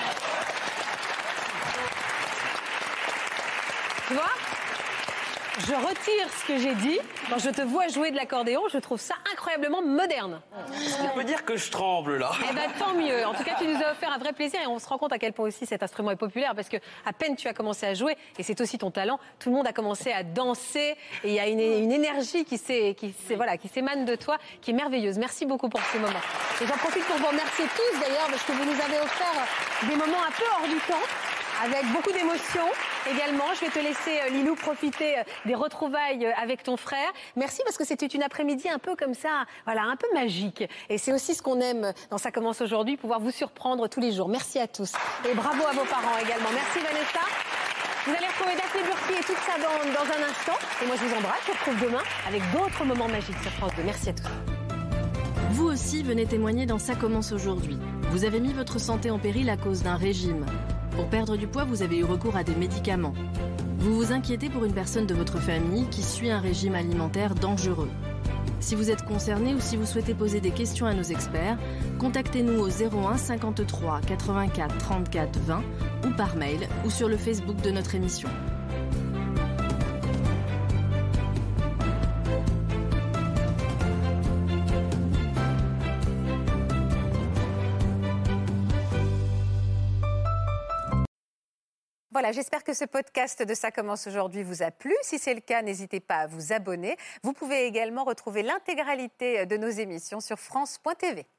Tu vois ? Je retire ce que j'ai dit. Quand je te vois jouer de l'accordéon, je trouve ça incroyablement moderne. On peut dire que je tremble là. Eh ben, tant mieux. En tout cas, tu nous as offert un vrai plaisir et on se rend compte à quel point aussi cet instrument est populaire parce que à peine tu as commencé à jouer, et c'est aussi ton talent, tout le monde a commencé à danser et il y a une, une énergie qui s'est, qui s'est, voilà, qui s'émane de toi, qui est merveilleuse. Merci beaucoup pour ce moment. Et j'en profite pour vous remercier tous d'ailleurs parce que vous nous avez offert des moments un peu hors du temps, avec beaucoup d'émotions également. Je vais te laisser, Lilou, profiter des retrouvailles avec ton frère. Merci parce que c'était une après-midi un peu comme ça, voilà, un peu magique. Et c'est aussi ce qu'on aime dans Ça commence aujourd'hui, pouvoir vous surprendre tous les jours. Merci à tous. Et bravo à vos parents également. Merci Vanessa. Vous allez retrouver Daphné Burki et toute sa bande dans un instant. Et moi, je vous embrasse. Je vous retrouve demain avec d'autres moments magiques sur France deux. Merci à tous. Vous aussi venez témoigner dans Ça commence aujourd'hui. Vous avez mis votre santé en péril à cause d'un régime. Pour perdre du poids, vous avez eu recours à des médicaments. Vous vous inquiétez pour une personne de votre famille qui suit un régime alimentaire dangereux. Si vous êtes concerné ou si vous souhaitez poser des questions à nos experts, contactez-nous au zéro un cinquante-trois quatre-vingt-quatre trente-quatre vingt ou par mail ou sur le Facebook de notre émission. Voilà, j'espère que ce podcast de Ça commence aujourd'hui vous a plu. Si c'est le cas, n'hésitez pas à vous abonner. Vous pouvez également retrouver l'intégralité de nos émissions sur France point T V.